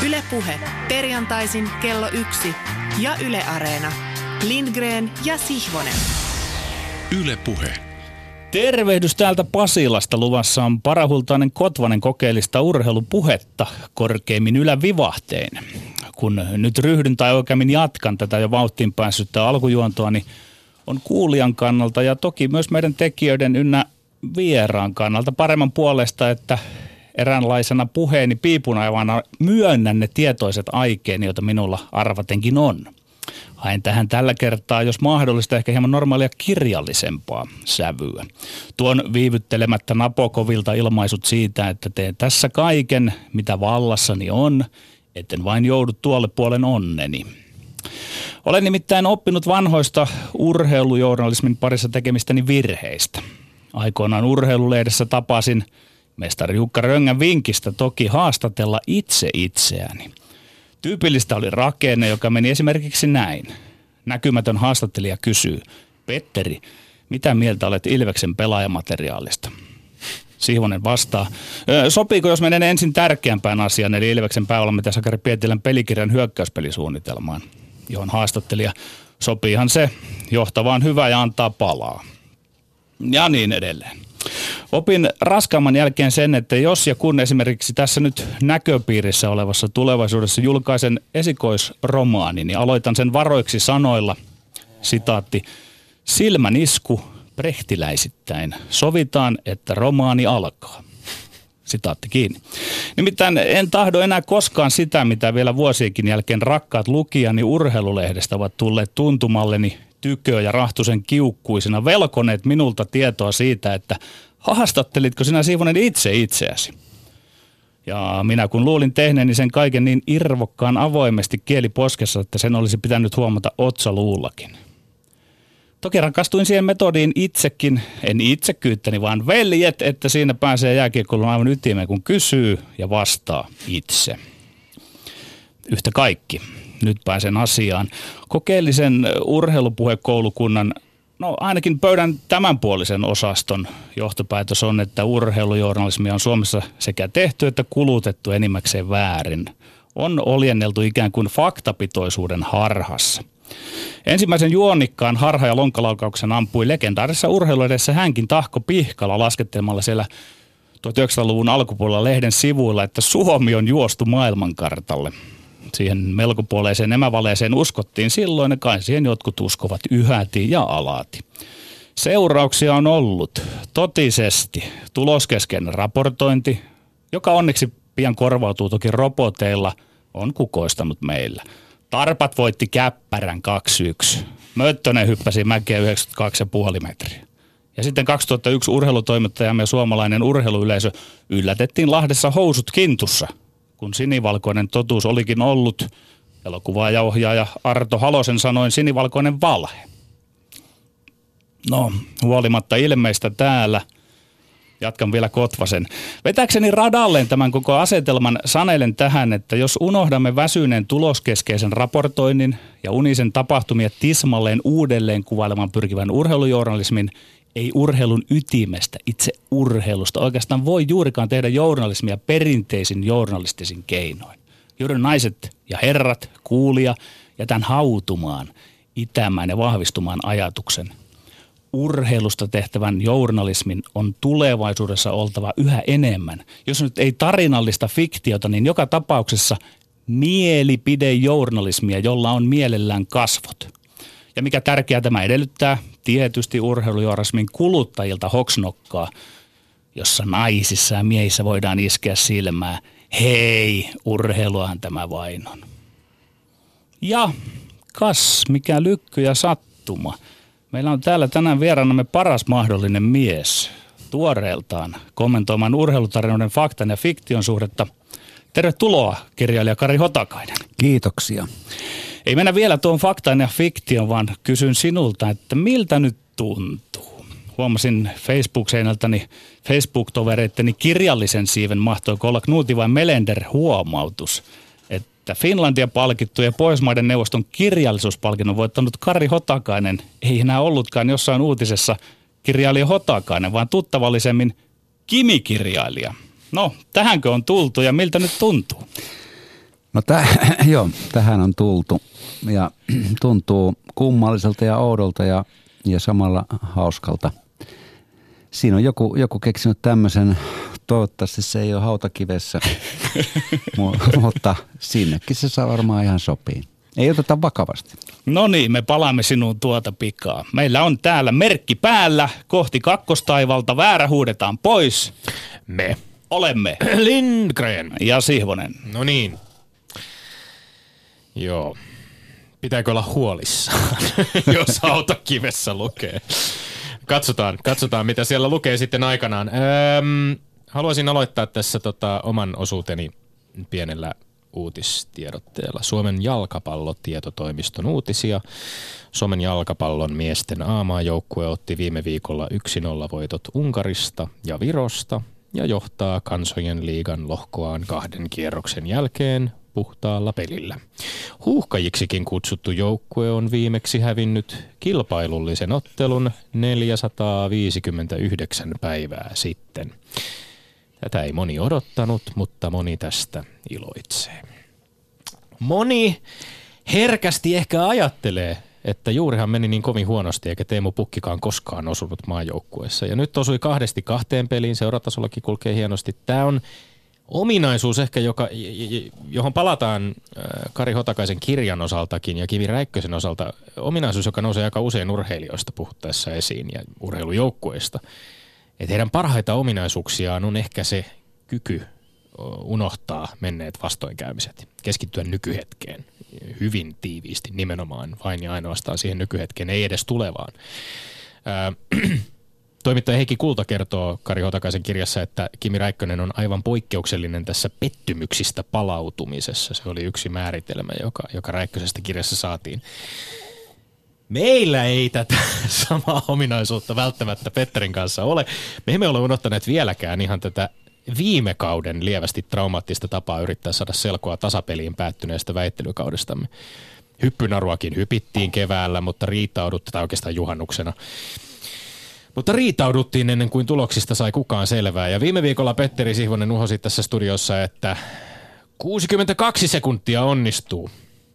Yle Puhe. Perjantaisin kello 1 ja Yle Areena. Lindgren ja Sihvonen. Yle Puhe. Tervehdys täältä Pasilasta. Luvassa on parahultainen Kotvanen kokeellista urheilupuhetta korkeimmin ylävivahteen. Kun nyt ryhdyn tai oikeammin jatkan tätä jo vauhtiin päässyttä alkujuontoa, niin on kuulijan kannalta ja toki myös meidän tekijöiden ynnä vieraan kannalta paremman puolesta, että eräänlaisena puheeni piipunaivana myönnän ne tietoiset aikeeni, joita minulla arvatenkin on. Hain tähän tällä kertaa, jos mahdollista, ehkä hieman normaalia kirjallisempaa sävyä. Tuon viivyttelemättä Nabokovilta ilmaisut siitä, että teen tässä kaiken, mitä vallassani on, etten vain joudu tuolle puolen onneni. Olen nimittäin oppinut vanhoista urheilujournalismin parissa tekemistäni virheistä. Aikoinaan urheilulehdessä tapasin mestari Jukka Röngän vinkistä toki haastatella itse itseäni. Tyypillistä oli rakenne, joka meni esimerkiksi näin. Näkymätön haastattelija kysyy: Petteri, mitä mieltä olet Ilveksen pelaajamateriaalista? Sihvonen vastaa: sopiiko, jos menen ensin tärkeämpään asiaan, eli Ilveksen päävalmentaja Sakari Pietilän pelikirjan hyökkäyspelisuunnitelmaan, johon haastattelija: sopiihan se, johtava on hyvä ja antaa palaa. Ja niin edelleen. Opin raskaamman jälkeen sen, että jos ja kun esimerkiksi tässä nyt näköpiirissä olevassa tulevaisuudessa julkaisen esikoisromaani, niin aloitan sen varoiksi sanoilla, sitaatti: silmän isku brechtiläisittäin. Sovitaan, että romaani alkaa. Sitaatti kiinni. Nimittäin en tahdo enää koskaan sitä, mitä vielä vuosienkin jälkeen rakkaat lukijani urheilulehdestä ovat tulleet tuntumalleni Tykö ja Rahtusen kiukkuisina, velkoneet minulta tietoa siitä, että haastattelitko sinä, Sihvonen, itse itseäsi? Ja minä kun luulin tehneeni sen kaiken niin irvokkaan avoimesti kieli poskessa, että sen olisi pitänyt huomata otsaluullakin. Toki rakastuin siihen metodiin itsekin, en itsekyyttäni, vaan veljet, että siinä pääsee jääkiekkoilun aivan ytimeen, kun kysyy ja vastaa itse. Yhtä kaikki. Nyt pääsen asiaan. Kokeellisen urheilupuhekoulukunnan, ainakin pöydän tämänpuolisen osaston johtopäätös on, että urheilujournalismia on Suomessa sekä tehty että kulutettu enimmäkseen väärin. On oljenneltu ikään kuin faktapitoisuuden harhassa. Ensimmäisen juonikkaan harha- ja lonkkalaukauksen ampui legendaarisessa urheiluedessä hänkin Tahko Pihkala laskettelemalla siellä 1900-luvun alkupuolella lehden sivuilla, että Suomi on juostu maailmankartalle. Siihen melkopuoleiseen emävaleeseen uskottiin silloin ja kai siihen jotkut uskovat yhäti ja alati. Seurauksia on ollut totisesti tuloskeskeinen raportointi, joka onneksi pian korvautuu toki roboteilla, on kukoistanut meillä. Tarpat voitti Käppärän 2-1. Möttönen hyppäsi mäkeä 92,5 metriä. Ja sitten 2001 urheilutoimittajamme ja suomalainen urheiluyleisö yllätettiin Lahdessa housut kintussa, kun sinivalkoinen totuus olikin ollut, elokuvaaja ja ohjaaja Arto Halosen sanoin, sinivalkoinen valhe. No, huolimatta ilmeistä täällä, jatkan vielä Kotvasen. Vetäkseni radalleen tämän koko asetelman sanelen tähän, että jos unohdamme väsyneen tuloskeskeisen raportoinnin ja unisen tapahtumia tismalleen uudelleen kuvailemaan pyrkivän urheilujournalismin, ei urheilun ytimestä, itse urheilusta oikeastaan voi juurikaan tehdä journalismia perinteisin journalistisin keinoin. Juuri naiset ja herrat, kuulija, jätän hautumaan, itämään ja vahvistumaan ajatuksen. Urheilusta tehtävän journalismin on tulevaisuudessa oltava yhä enemmän. Jos nyt ei tarinallista fiktiota, niin joka tapauksessa mielipidejournalismia, jolla on mielellään kasvot. Ja mikä tärkeää, tämä edellyttää tietysti urheilujournalismin kuluttajilta hoksnokkaa, jossa naisissa ja miehissä voidaan iskeä silmää. Hei, urheiluahan tämä vain on. Ja kas, mikä lykky ja sattuma. Meillä on täällä tänään vieraanamme paras mahdollinen mies tuoreeltaan kommentoimaan urheilutarinoiden faktan ja fiktion suhdetta. Tervetuloa, kirjailija Kari Hotakainen. Kiitoksia. Ei mennä vielä tuon faktan ja fiktion, vaan kysyn sinulta, että miltä nyt tuntuu? Huomasin Facebook-seinältäni Facebook-tovereitteni kirjallisen siiven mahtoiko olla Knuti vai Melender huomautus, että Finlandia palkittu ja Pohjoismaiden neuvoston kirjallisuuspalkinnon voittanut Kari Hotakainen ei enää ollutkaan jossain uutisessa kirjailija Hotakainen, vaan tuttavallisemmin Kimi-kirjailija. No, tähänkö on tultu ja miltä nyt tuntuu? No tähän on tultu ja tuntuu kummalliselta ja oudolta ja samalla hauskalta. Siinä on joku keksinyt tämmöisen, toivottavasti se ei ole hautakivessä, mutta sinnekin se saa varmaan ihan sopii. Ei oteta vakavasti. No niin, me palaamme sinuun tuota pikaa. Meillä on täällä merkki päällä kohti kakkostaivalta. Väärä huudetaan pois. Me olemme Lindgren ja Sihvonen. No niin. Joo. Pitääkö olla huolissaan, jos hautakivessä lukee? Katsotaan, mitä siellä lukee sitten aikanaan. Haluaisin aloittaa tässä oman osuuteni pienellä uutistiedotteella. Suomen jalkapallotietotoimiston uutisia. Suomen jalkapallon miesten A-maajoukkue otti viime viikolla 1-0 voitot Unkarista ja Virosta ja johtaa Kansojen liigan lohkoaan 2 kierroksen jälkeen puhtaalla pelillä. Huuhkajiksikin kutsuttu joukkue on viimeksi hävinnyt kilpailullisen ottelun 459 päivää sitten. Tätä ei moni odottanut, mutta moni tästä iloitsee. Moni herkästi ehkä ajattelee, että juurihan meni niin kovin huonosti, eikä Teemu Pukkikaan koskaan osunut maajoukkueessa. Ja nyt osui 2 peliin, seuratasollakin kulkee hienosti. Tämä on ominaisuus ehkä, johon palataan Kari Hotakaisen kirjan osaltakin ja Kimi Räikkösen osalta. Ominaisuus, joka nousee aika usein urheilijoista puhuttaessa esiin ja urheilujoukkueista. Että heidän parhaita ominaisuuksiaan on ehkä se kyky unohtaa menneet vastoinkäymiset, keskittyä nykyhetkeen hyvin tiiviisti nimenomaan vain ja ainoastaan siihen nykyhetkeen, ei edes tulevaan. Toimittaja Heikki Kulta kertoo Kari Hotakaisen kirjassa, että Kimi Räikkönen on aivan poikkeuksellinen tässä pettymyksistä palautumisessa. Se oli yksi määritelmä, joka Räikkösestä kirjassa saatiin. Meillä ei tätä samaa ominaisuutta välttämättä Petterin kanssa ole. Me emme ole unohtaneet vieläkään ihan tätä viime kauden lievästi traumaattista tapaa yrittää saada selkoa tasapeliin päättyneestä väittelykaudestamme. Hyppynaruakin hypittiin keväällä, mutta riitauduttiin, oikeastaan juhannuksena. Mutta riitauduttiin ennen kuin tuloksista sai kukaan selvää. Ja viime viikolla Petteri Sihvonen uhosi tässä studiossa, että 62 sekuntia onnistuu.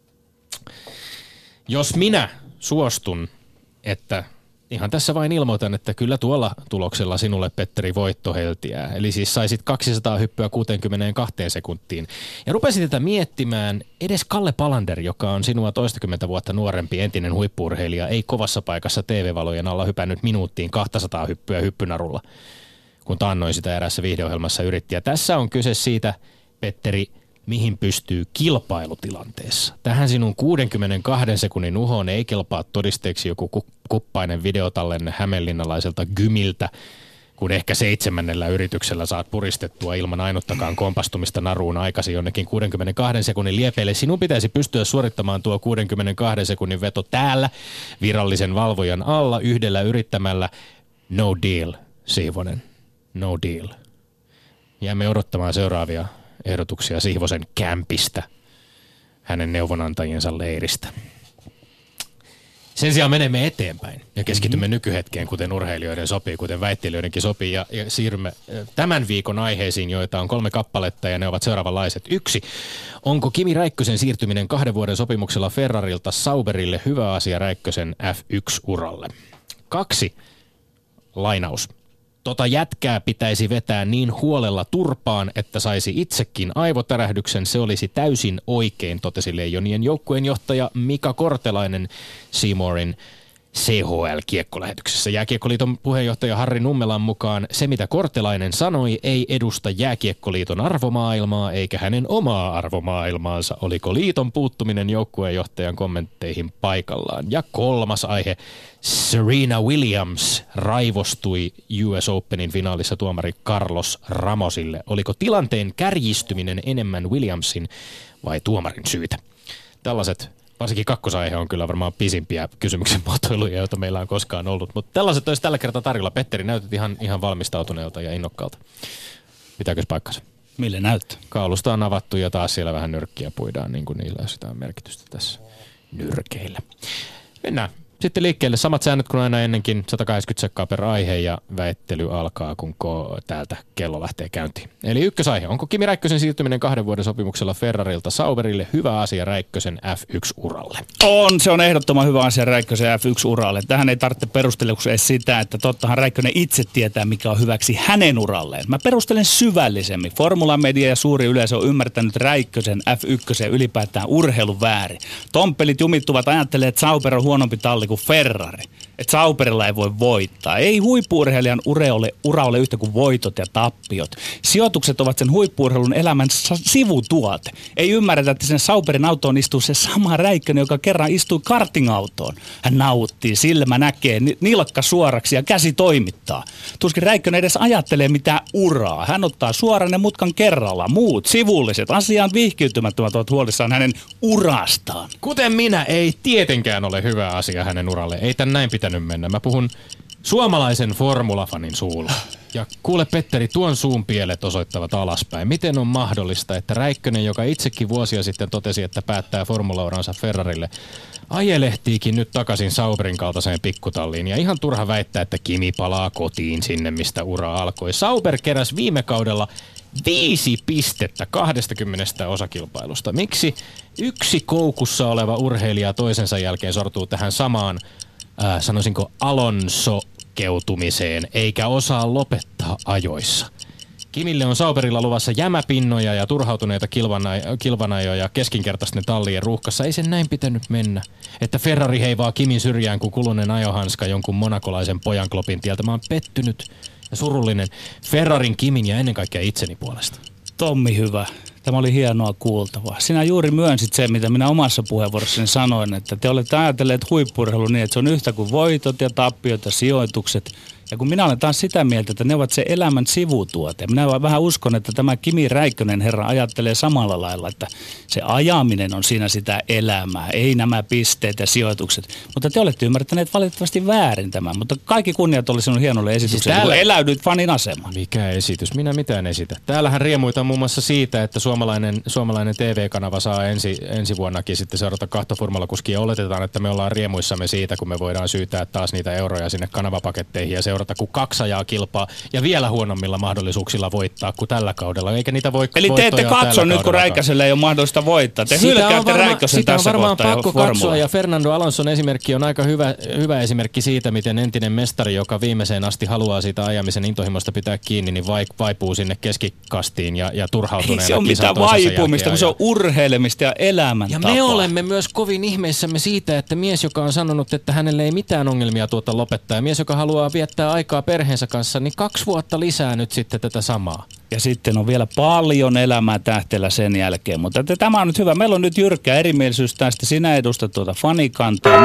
Jos minä suostun, että ihan tässä vain ilmoitan, että kyllä tuolla tuloksella sinulle, Petteri, voitto heltiää. Eli siis saisit 200 hyppyä 62 sekuntiin. Ja rupesin tätä miettimään, edes Kalle Palander, joka on sinua 20 vuotta nuorempi entinen huippu-urheilija, ei kovassa paikassa TV-valojen alla hypännyt minuuttiin 200 hyppyä hyppynarulla, kun taannoin sitä erässä viihdeohjelmassa yritti. Ja tässä on kyse siitä, Petteri, mihin pystyy kilpailutilanteessa. Tähän sinun 62 sekunnin uhoon ei kelpaa todisteeksi joku kuppainen videotallenne hämeenlinnalaiselta Gymiltä, kun ehkä 7. yrityksellä saat puristettua ilman ainuttakaan kompastumista naruun aikaisin jonnekin 62 sekunnin liepeille. Sinun pitäisi pystyä suorittamaan tuo 62 sekunnin veto täällä virallisen valvojan alla yhdellä yrittämällä. No deal, Sihvonen. No deal. Jäämme odottamaan seuraavia ehdotuksia Sihvosen kämpistä, hänen neuvonantajiensa leiristä. Sen sijaan menemme eteenpäin ja keskitymme nykyhetkeen, kuten urheilijoiden sopii, kuten väittelijöidenkin sopii, ja siirrymme tämän viikon aiheisiin, joita on 3 kappaletta, ja ne ovat seuraavanlaiset. 1. Onko Kimi Räikkösen siirtyminen 2 vuoden sopimuksella Ferrarilta Sauberille hyvä asia Räikkösen F1-uralle? 2. Lainaus. Tota jätkää pitäisi vetää niin huolella turpaan, että saisi itsekin aivotärähdyksen. Se olisi täysin oikein, totesi Leijonien joukkueenjohtaja Mika Kortelainen C-Moren CHL-kiekkolähetyksessä. Jääkiekkoliiton puheenjohtaja Harri Nummelan mukaan se, mitä Kortelainen sanoi, ei edusta Jääkiekkoliiton arvomaailmaa eikä hänen omaa arvomaailmaansa. Oliko liiton puuttuminen joukkueenjohtajan kommentteihin paikallaan? Ja 3. aihe. Serena Williams raivostui US Openin finaalissa tuomari Carlos Ramosille. Oliko tilanteen kärjistyminen enemmän Williamsin vai tuomarin syytä? Tällaiset, varsinkin kakkosaihe on kyllä varmaan pisimpiä kysymyksen muotoiluja, joita meillä on koskaan ollut. Mutta tällaiset olisi tällä kertaa tarjolla. Petteri, näytät ihan valmistautuneelta ja innokkaalta. Pitääkös paikkansa? Mille näyttää? Kaulusta on avattu ja taas siellä vähän nyrkkiä puidaan, niin kuin niillä on sitä merkitystä tässä nyrkeillä. Mennään Sitten liikkeelle samat säännöt kuin aina ennenkin, 180 sekkaa per aihe ja väittely alkaa, kun täältä kello lähtee käyntiin. Eli ykkösaihe, onko Kimi Räikkösen siirtyminen 2 vuoden sopimuksella Ferrarilta Sauberille hyvä asia Räikkösen F1-uralle? Se on ehdottoman hyvä asia Räikkösen F1-uralle. Tähän ei tarvitse perustella edes sitä, että tottahan Räikkönen itse tietää, mikä on hyväksi hänen uralleen. Mä perustelen syvällisemmin. Formula-media ja suuri yleisö on ymmärtänyt Räikkösen F1 ylipäätään urheilun väärin. Tompelit jumittuvat ajattelee, että Sauber on huonompi talli kuin Ferrari. Että Sauberilla ei voi voittaa. Ei huippu-urheilijan ura ole yhtä kuin voitot ja tappiot. Sijoitukset ovat sen huippu-urheilun elämän sivutuote. Ei ymmärretä, että sen Sauberin autoon istuu se sama Räikkönen, joka kerran istui karting-autoon. Hän nauttii, silmä näkee, nilkka suoraksi ja käsi toimittaa. Tuskin Räikkönen edes ajattelee mitään uraa. Hän ottaa suoran ja mutkan kerralla. Muut sivulliset, asiaan vihkiytymättömät ovat huolissaan hänen urastaan. Kuten minä, ei tietenkään ole hyvä asia hänen uralle. Ei tän näin pitänyt mennä. Mä puhun suomalaisen formulafanin suulla. Ja kuule Petteri, tuon suun pielet osoittavat alaspäin. Miten on mahdollista, että Räikkönen, joka itsekin vuosia sitten totesi, että päättää formulauransa Ferrarille, ajelehtiikin nyt takaisin Sauberin kaltaiseen pikkutalliin. Ja ihan turha väittää, että Kimi palaa kotiin sinne, mistä ura alkoi. Sauber keräsi viime kaudella 5 pistettä 20 osakilpailusta. Miksi yksi koukussa oleva urheilija toisensa jälkeen sortuu tähän samaan, sanoisinko Alonso-keutumiseen, eikä osaa lopettaa ajoissa? Kimille on Sauberilla luvassa jämäpinnoja ja turhautuneita kilvanajoja keskinkertaisten tallien ruuhkassa. Ei sen näin pitänyt mennä, että Ferrari heivaa Kimin syrjään kuin kulunen ajohanska jonkun monakolaisen pojanklopin tieltä. Mä oon pettynyt ja surullinen Ferrarin, Kimin ja ennen kaikkea itseni puolesta. Tommi, hyvä. Tämä oli hienoa kuultavaa. Sinä juuri myönsit sen, mitä minä omassa puheenvuorossani sanoin, että te olette ajatelleet huippu-urheilu niin, että se on yhtä kuin voitot ja tappiot ja sijoitukset. Ja kun minä olen taas sitä mieltä, että ne ovat se elämän sivutuote. Minä vähän uskon, että tämä Kimi Räikkönen herra ajattelee samalla lailla, että se ajaminen on siinä sitä elämää, ei nämä pisteet ja sijoitukset. Mutta te olette ymmärtäneet valitettavasti väärin tämän, mutta kaikki kunniat oli sinun hienolle esitykselle, siis kun eläydyit fanin asemaan. Mikä esitys? Minä mitään esitä. Täällähän riemuitaan muun muassa siitä, että suomalainen TV-kanava saa ensi vuonnakin sitten seurata 2 formulakuskia. Oletetaan, että me ollaan riemuissamme siitä, kun me voidaan syytää taas niitä euroja sinne kanavapaketteihin ja seurata, kun 2 ajaa kilpaa ja vielä huonommilla mahdollisuuksilla voittaa kuin tällä kaudella. Eikä niitä voi. Eli te ette katso nyt, kun Räikköselle ei ole mahdollista voittaa. Te hylkäätte Räikkösen tässä kohtaa. Sitä on varmaan pakko katsoa, ja Fernando Alonson esimerkki on aika hyvä esimerkki siitä, miten entinen mestari, joka viimeiseen asti haluaa siitä ajamisen intohimosta pitää kiinni, niin vaipuu sinne keskikastiin ja turhautuneena. Ei se on mitään vaipumista, kun se on urheilemista ja elämäntapaa. Ja me olemme myös kovin ihmeissämme siitä, että mies, joka on sanonut, että hänelle ei mitään ongelmia tuota lopettaa, ja mies, joka haluaa viettää aikaa perheensä kanssa, niin 2 vuotta lisää nyt sitten tätä samaa. Ja sitten on vielä paljon elämää tähteellä sen jälkeen. Mutta tämä on nyt hyvä. Meillä on nyt jyrkkä erimielisyys tästä. Sinä edustat tuota fanikantaa.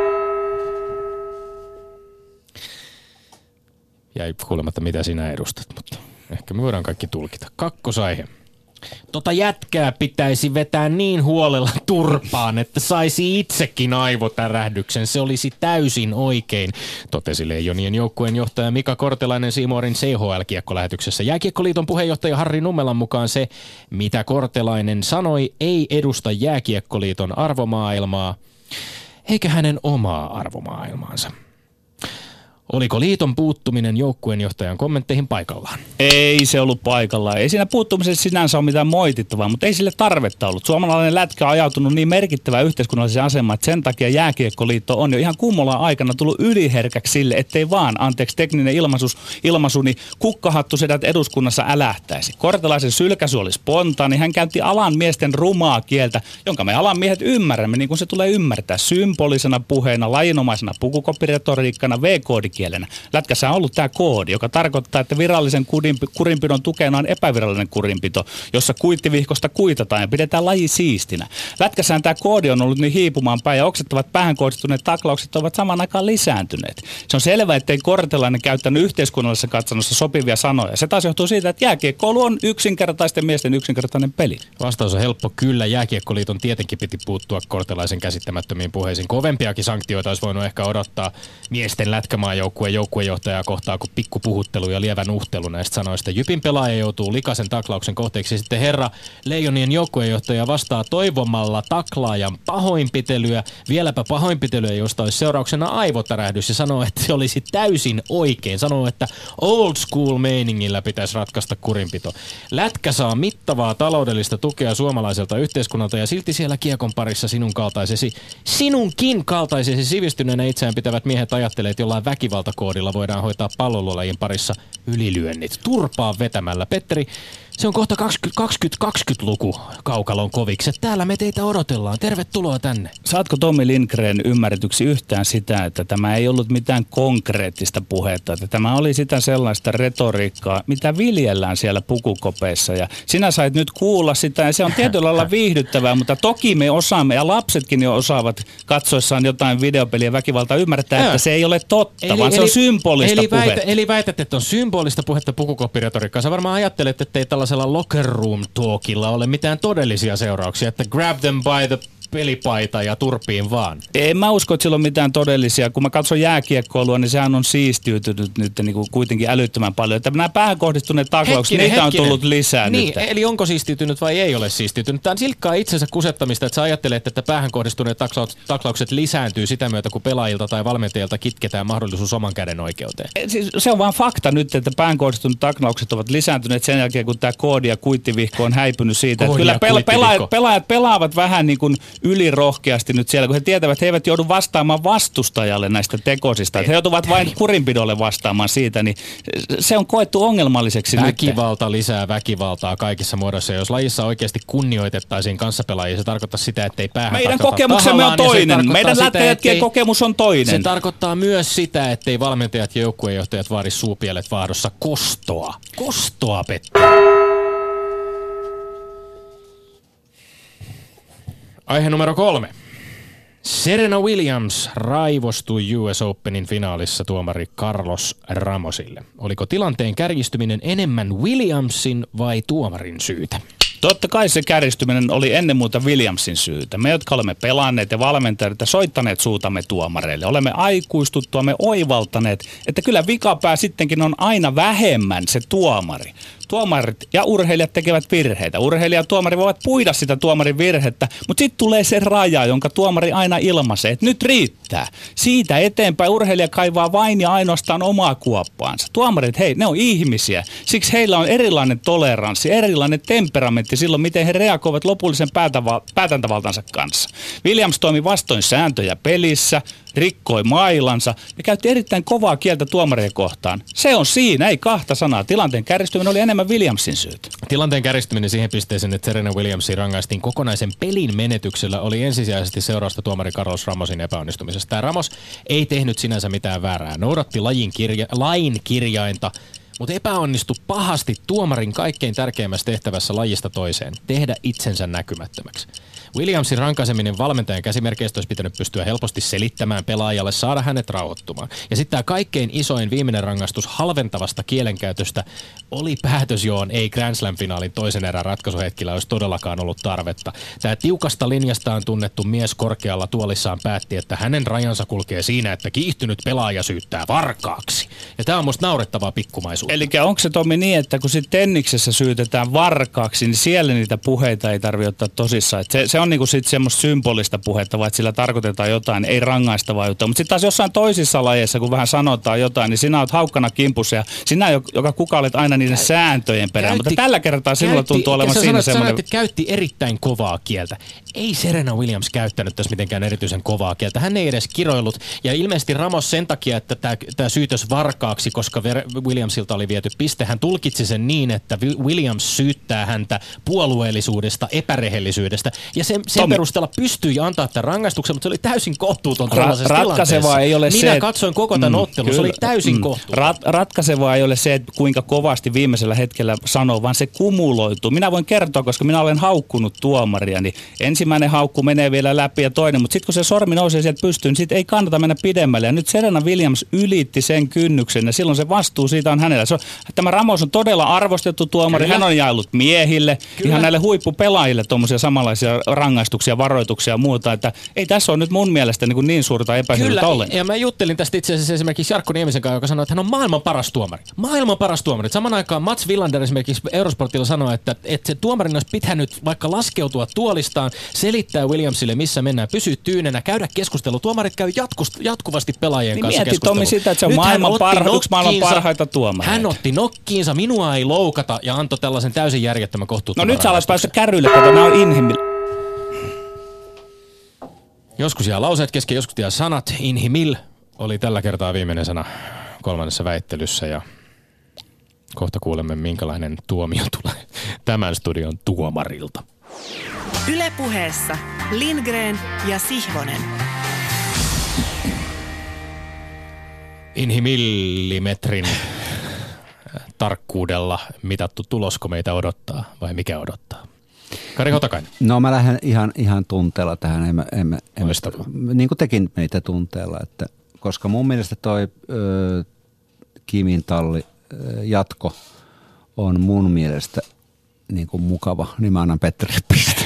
Jäi kuulematta, mitä sinä edustat, mutta ehkä me voidaan kaikki tulkita. Kakkosaihe. Jätkää pitäisi vetää niin huolella turpaan, että saisi itsekin aivotärähdyksen. Se olisi täysin oikein, totesi Leijonien joukkueen johtaja Mika Kortelainen C Moren CHL-kiekkolähetyksessä. Jääkiekkoliiton puheenjohtaja Harri Nummelan mukaan se, mitä Kortelainen sanoi, ei edusta Jääkiekkoliiton arvomaailmaa, eikä hänen omaa arvomaailmaansa. Oliko liiton puuttuminen joukkueenjohtajan kommentteihin paikallaan? Ei se ollut paikallaan. Ei siinä puuttumisessa sinänsä ole mitään moitittavaa, mutta ei sille tarvetta ollut. Suomalainen lätkä on ajautunut niin merkittävään yhteiskunnalliseen asemaan, että sen takia Jääkiekkoliitto on jo ihan kummolaan aikana tullut yliherkäksi sille, ettei vaan, tekninen ilmaisu, niin kukkahattusedät eduskunnassa älähtäisi. Kortelaisen sylkäsy oli spontaani. Hän käytti alan miesten rumaa kieltä, jonka me alan miehet ymmärrämme, niin kuin se tulee ymmärtää. Symbolisena puheena, lajinomaisena pukukoppiretoriikkana, V-koodikielenä. Lätkässä on ollut tämä koodi, joka tarkoittaa, että virallisen kurinpidon tukena on epävirallinen kurinpito, jossa kuittivihkosta kuitataan ja pidetään laji siistinä. Lätkässään tämä koodi on ollut niin hiipumaan päin ja oksettavat päähän kohdistuneet taklaukset ovat saman aikaan lisääntyneet. Se on selvää, ettei Kortelainen käyttänyt yhteiskunnallisessa katsannossa sopivia sanoja. Se taas johtuu siitä, että jääkiekkoilu on yksinkertaisten miesten yksinkertainen peli. Vastaus on helppo. Kyllä, Jääkiekkoliiton tietenkin piti puuttua Kortelaisen käsittämättömiin puheisiin. Kovempiakin sanktioita olisi voinut ehkä odottaa miesten lätkämaajoukkueelta joukkuejohtajaa kohtaa kuin pikkupuhuttelu ja lievä nuhtelu näistä sanoista. Jypin pelaaja joutuu likaisen taklauksen kohteeksi. Sitten herra Leijonien joukkuejohtaja vastaa toivomalla taklaajan pahoinpitelyä. Vieläpä pahoinpitelyä, josta olisi seurauksena aivotärähdys ja sanoo, että se olisi täysin oikein. Sanoo, että old school meiningillä pitäisi ratkaista kurinpito. Lätkä saa mittavaa taloudellista tukea suomalaiselta yhteiskunnalta ja silti siellä kiekon parissa sinunkin kaltaisesi sivistyneenä itseään pitävät miehet ajattelee, että jollain väkivaltakoodilla voidaan hoitaa pallolulajin parissa ylilyönnit. Turpaan vetämällä. Petteri, se on kohta 2020-luku kaukalon kovikset. Täällä me teitä odotellaan. Tervetuloa tänne. Saatko Tommi Lindgren ymmärretyksi yhtään sitä, että tämä ei ollut mitään konkreettista puhetta, että tämä oli sitä sellaista retoriikkaa, mitä viljellään siellä pukukopeissa ja sinä sait nyt kuulla sitä ja se on tietyllä lailla viihdyttävää, mutta toki me osaamme ja lapsetkin jo osaavat katsoessaan jotain videopeliä väkivaltaa ymmärtää, että se ei ole totta, vaan se on symbolista puhetta. Eli väität, että on symbolista puhetta pukukoppiretoriikkaa. Sä varmaan ajattelet, että ei tällaisella locker room talkilla ole mitään todellisia seurauksia, että grab them by the pelipaita ja turpiin vaan. En mä usko, että sillä on mitään todellisia. Kun mä katson jääkiekkoilua, niin sehän on siistiytynyt nyt niin kuin kuitenkin älyttömän paljon. Että nämä päähän kohdistuneet taklaukset, niitä on tullut lisää niin, nyt. Eli onko siistiytynyt vai ei ole siistiytynyt? Tämä on silkkaa itsensä kusettamista, että sä ajattelet, että päähän kohdistuneet taklaukset lisääntyy sitä myötä, kun pelaajilta tai valmentajilta kitketään mahdollisuus oman käden oikeuteen. Siis se on vaan fakta nyt, että päähän kohdistuneet taklaukset ovat lisääntyneet sen jälkeen, kun tämä koodi- ja kuittivihko on häipynyt siitä. Että kyllä pelaajat pelaavat vähän niin kuin ylirohkeasti nyt siellä, kun he tietävät, että he eivät joudu vastaamaan vastustajalle näistä tekosista. Että he joutuvat vain kurinpidolle vastaamaan siitä, niin se on koettu ongelmalliseksi Väkivalta nyt. lisää väkivaltaa kaikissa muodoissa. Jos lajissa oikeasti kunnioitettaisiin kanssapelaajia, se tarkoittaa sitä, että ei päähän meidän kokemuksemme on toinen. Meidän lätkäjätkien kokemus on toinen. Se tarkoittaa myös sitä, ettei valmentajat ja joukkuejohtajat vaadi suupielet vaahdossa kostoa. Kostoa, Petteri. Aihe numero 3. Serena Williams raivostui US Openin finaalissa tuomari Carlos Ramosille. Oliko tilanteen kärjistyminen enemmän Williamsin vai tuomarin syytä? Totta kai se kärjistyminen oli ennen muuta Williamsin syytä. Me, jotka olemme pelanneet ja valmentajat ja soittaneet suutamme tuomareille, olemme aikuistuttuamme oivaltaneet, että kyllä vikapää sittenkin on aina vähemmän se tuomari. Tuomarit ja urheilijat tekevät virheitä. Urheilija ja tuomari voivat puida sitä tuomarin virhettä, mutta sitten tulee se raja, jonka tuomari aina ilmaisee, että nyt riittää. Siitä eteenpäin urheilija kaivaa vain ja ainoastaan omaa kuoppaansa. Tuomarit, hei, ne on ihmisiä. Siksi heillä on erilainen toleranssi, erilainen temperamentti silloin, miten he reagoivat lopullisen päätäntävaltansa kanssa. Williams toimi vastoin sääntöjä pelissä, rikkoi mailansa ja käytti erittäin kovaa kieltä tuomaria kohtaan. Se on siinä, ei kahta sanaa. Tilanteen kärjistyminen oli enemmän Williamsin syytä. Tilanteen kärjistyminen siihen pisteeseen, että Serena Williamsia rangaistiin kokonaisen pelin menetyksellä, oli ensisijaisesti seurausta tuomari Carlos Ramosin epäonnistumisesta. Tämä Ramos ei tehnyt sinänsä mitään väärää. Noudatti lain kirjainta, mutta epäonnistui pahasti tuomarin kaikkein tärkeimmässä tehtävässä lajista toiseen, tehdä itsensä näkymättömäksi. Williamsin rankaiseminen valmentajan käsimerkeistä olisi pitänyt pystyä helposti selittämään pelaajalle, saada hänet rauhoittumaan. Ja sitten tämä kaikkein isoin viimeinen rangaistus halventavasta kielenkäytöstä oli päätös, johon ei Grand Slam-finaalin toisen erän ratkaisuhetkillä olisi todellakaan ollut tarvetta. Tämä tiukasta linjastaan tunnettu mies korkealla tuolissaan päätti, että hänen rajansa kulkee siinä, että kiihtynyt pelaaja syyttää varkaaksi. Ja tämä on musta naurettavaa pikkumaisuutta. Eli onko se, Tommi, niin, että kun sitten tenniksessä syytetään varkaaksi, niin siellä niitä puheita ei tarvitse ottaa tosissaan. Se on niinku sitten semmoista symbolista puhetta, vai että sillä tarkoitetaan jotain, ei rangaistavaa juttua. Mutta sitten taas jossain toisissa lajeissa, kun vähän sanotaan jotain, niin sinä olet haukkana kimpussa ja sinä, joka kuka olet aina niiden sääntöjen perään. Mutta tällä kertaa sinulla tuntuu olevan siinä semmoinen. Sanoit, että käytti erittäin kovaa kieltä. Ei Serena Williams käyttänyt tässä mitenkään erityisen kovaa kieltä. Hän ei edes kiroillut. Ja ilmeisesti Ramos sen takia, että tämä syytös varkaaksi, koska Williamsilta oli viety piste, hän tulkitsi sen niin, että Williams syyttää häntä puolueellisuudesta, epärehellisyydestä. Ja sen perusteella pystyi antaa tämän rangaistuksen, mutta se oli täysin kohtuuton tällaisessa tilanteessa. Ei ole Minä katsoin koko tämän ottelun, se oli täysin kohtuuton. Ratkaisevaa ei ole se, että kuinka kovasti viimeisellä hetkellä sanoo, vaan se kumuloituu. Minä voin kertoa, koska minä olen haukkunut tuomaria, niin ensimmäinen haukku menee vielä läpi ja toinen, mutta sitten kun se sormi nousee sieltä pystyyn, niin sitten ei kannata mennä pidemmälle. Ja nyt Serena Williams ylitti sen kynnyksen ja silloin se vastuu siitä on hänellä. Tämä Ramos on todella arvostettu tuomari, hän on jaellut miehille, ihan näille huippupelaajille tuommoisia samanlaisia rangaistuksia, varoituksia ja muuta, että ei tässä ole nyt mun mielestä niin suurta epäselvyyttä ollenkaan. Ja mä juttelin tästä itse asiassa esimerkiksi Jarkko Niemisen kanssa, joka sanoi, että hän on maailman paras tuomari. Maailman paras tuomari. Saman aikaan Mats Wilander esimerkiksi Eurosportilla sanoi, että se tuomarin olisi pitänyt vaikka laskeutua tuolistaan, selittää Williamsille, missä mennään, pysyä tyynenä, käydä keskustelua. Tuomarit käy jatkuvasti pelaajien kanssa mieti keskustelua. Tommi sitä, että se on yksi maailman parhaita tuomareita. Hän otti nokkiinsa, minua ei loukata ja antoi tällaisen täysin järjettömän kohtuuttoman No nyt sä alat päästä kärryille, kun nämä on inhimillisiä. Joskus jää lauseet kesken, joskus jää sanat. Inhimil oli tällä kertaa viimeinen sana kolmannessa väittelyssä ja kohta kuulemme, minkälainen tuomio tulee tämän studion tuomarilta. Yle Puheessa Lindgren ja Sihvonen. Inhimillimetrin tarkkuudella mitattu tulosko meitä odottaa vai mikä odottaa? Kari Hotakainen. No mä lähden ihan tunteella tähän, niin kuin tekin meitä tunteella, että koska mun mielestä toi Kimin talli jatko on mun mielestä niin kuin mukava, niin mä annan Petterille piste.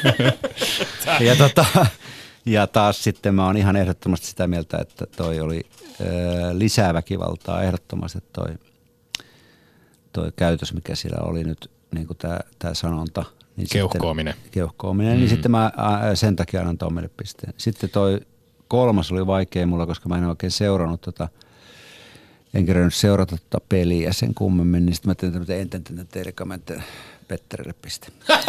Ja taas sitten mä oon ihan ehdottomasti sitä mieltä, että toi oli lisää väkivaltaa ehdottomasti, että toi käytös, mikä siellä oli nyt, niin kuin tää sanonta. Niin keuhkoaminen. Niin sitten mä sen takia annan Tommille pisteen. Sitten toi kolmas oli vaikea mulla, koska mä en oikein seurannut en kerännyt seurata peliä sen kummemmin. Niin sitten mä tein teille kommentin Petterille piste.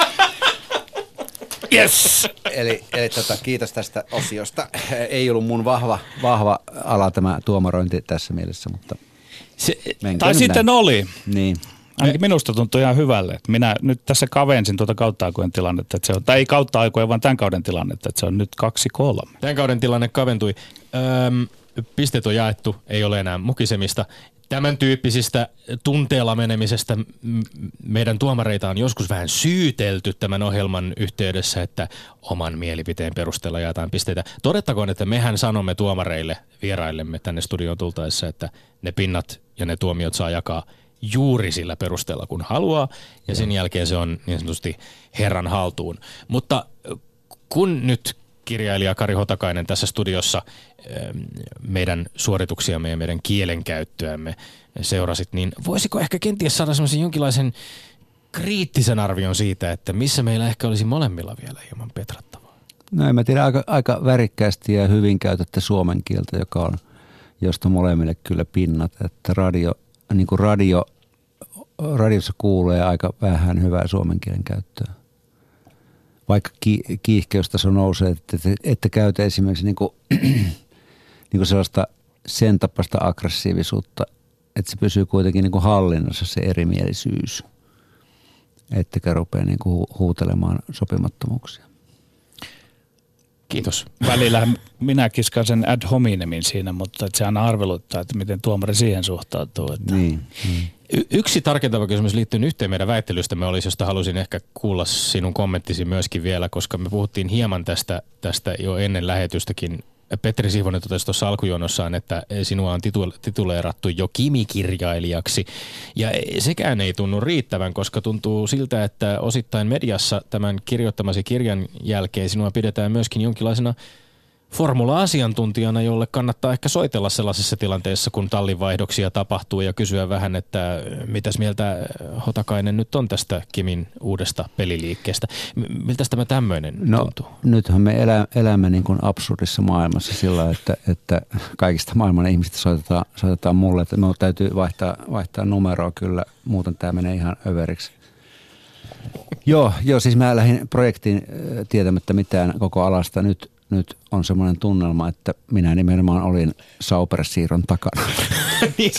Yes! Eli kiitos tästä osiosta. Ei ollut mun vahva ala tämä tuomarointi tässä mielessä, mutta tai sitten näin. Oli. Niin. Ainakin minusta tuntui ihan hyvälle. Että minä nyt tässä kavensin kautta-aikojen tilannetta. Että se on, tai ei kautta-aikojen, vaan tämän kauden tilannetta. Että se on nyt 2-3. Tämän kauden tilanne kaventui. Pisteet on jaettu, ei ole enää mukisemista. Tämän tyyppisistä tunteella menemisestä meidän tuomareita on joskus vähän syytelty tämän ohjelman yhteydessä, että oman mielipiteen perusteella jaetaan pisteitä. Todettakoon, että mehän sanomme tuomareille, vieraillemme tänne studioon tultaessa, että ne pinnat ja ne tuomiot saa jakaa juuri sillä perusteella, kun haluaa, ja sen jälkeen se on niin sanotusti herran haltuun. Mutta kun nyt kirjailija Kari Hotakainen tässä studiossa meidän suorituksiamme ja meidän kielenkäyttöämme seurasit, niin voisiko ehkä kenties saada semmoisen jonkinlaisen kriittisen arvion siitä, että missä meillä ehkä olisi molemmilla vielä hieman petrattavaa? No en mä tiedä, aika värikkäästi ja hyvin käytätte suomen kieltä, joka on, josta molemmille kyllä pinnat, että radiossa kuulee aika vähän hyvää suomen kielen käyttöä. Vaikka kiihkeystaso nousee, että käytä esimerkiksi niin kuin sellaista sen tapaista aggressiivisuutta, että se pysyy kuitenkin niin kuin hallinnassa se erimielisyys, ettekä rupea niin kuin huutelemaan sopimattomuuksia. Kiitos. Välillä minä kiskan sen ad hominemin siinä, mutta se aina arveluttaa, että miten tuomari siihen suhtautuu. Että. Niin. Yksi tarkentava kysymys liittyy yhteen meidän väittelystämme olisi, josta halusin ehkä kuulla sinun kommenttisi myöskin vielä, koska me puhuttiin hieman tästä jo ennen lähetystäkin. Petteri Sihvonen totesi tuossa alkujonossaan, että sinua on tituleerattu jo kimikirjailijaksi. Ja sekään ei tunnu riittävän, koska tuntuu siltä, että osittain mediassa tämän kirjoittamasi kirjan jälkeen sinua pidetään myöskin jonkinlaisena formula-asiantuntijana, jolle kannattaa ehkä soitella sellaisessa tilanteessa, kun tallinvaihdoksia tapahtuu ja kysyä vähän, että mitäs mieltä Hotakainen nyt on tästä Kimin uudesta peliliikkeestä. Miltä tämä tämmöinen tuntuu? Nythän me elämme niin kuin absurdissa maailmassa sillä, että kaikista maailman ihmistä soitetaan mulle, että minun täytyy vaihtaa numeroa kyllä, muuten tämä menee ihan överiksi. Joo, siis mä lähdin projektiin tietämättä mitään koko alasta. Nyt on semmoinen tunnelma, että minä nimenomaan olin Sauper-siirron takana. Niin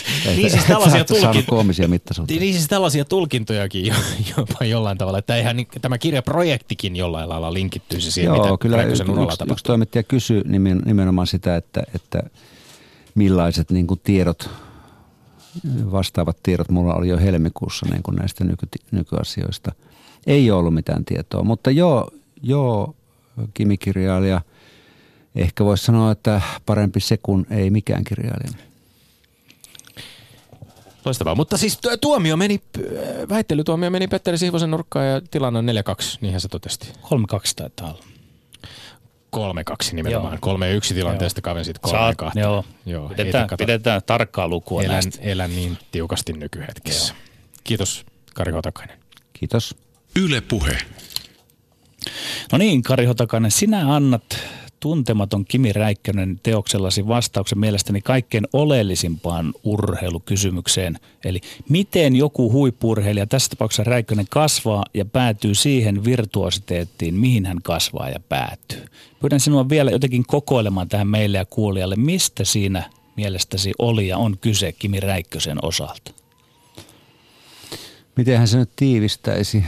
siis tällaisia tulkintojakin jopa jollain tavalla, että eihän tämä kirjaprojektikin jollain lailla linkittyisi siihen, joo, kyllä yksi toimittaja kysyi nimenomaan sitä, että millaiset niin kuin tiedot, vastaavat tiedot mulla oli jo helmikuussa niin kuin näistä nykyasioista. Ei ollut mitään tietoa, mutta joo kimikirjailija. Ehkä voisi sanoa, että parempi se kuin ei mikään kirjailija. Loistavaa, mutta siis väittelytuomio meni Petteri Sihvosen nurkkaan ja tilanne on 4-2, niinhän se totesti. 3-2 taitaa olla. 3-2 nimenomaan. 3-1 tilanteesta kavensit 3-2. Joo. Pidetään tarkkaa lukua näistä. Elän niin tiukasti nykyhetkessä. Joo. Kiitos Kari Hotakainen. Kiitos. Yle Puhe. No niin, Kari Hotakainen, sinä annat Tuntematon Kimi Räikkönen teoksellasi vastauksen mielestäni kaikkein oleellisimpaan urheilukysymykseen. Eli miten joku huippu-urheilija, tässä tapauksessa Räikkönen, kasvaa ja päätyy siihen virtuositeettiin, mihin hän kasvaa ja päätyy. Pyydän sinua vielä jotenkin kokoilemaan tähän meille ja kuulijalle, mistä siinä mielestäsi oli ja on kyse Kimi Räikkösen osalta? Mitenhän se nyt tiivistäisi?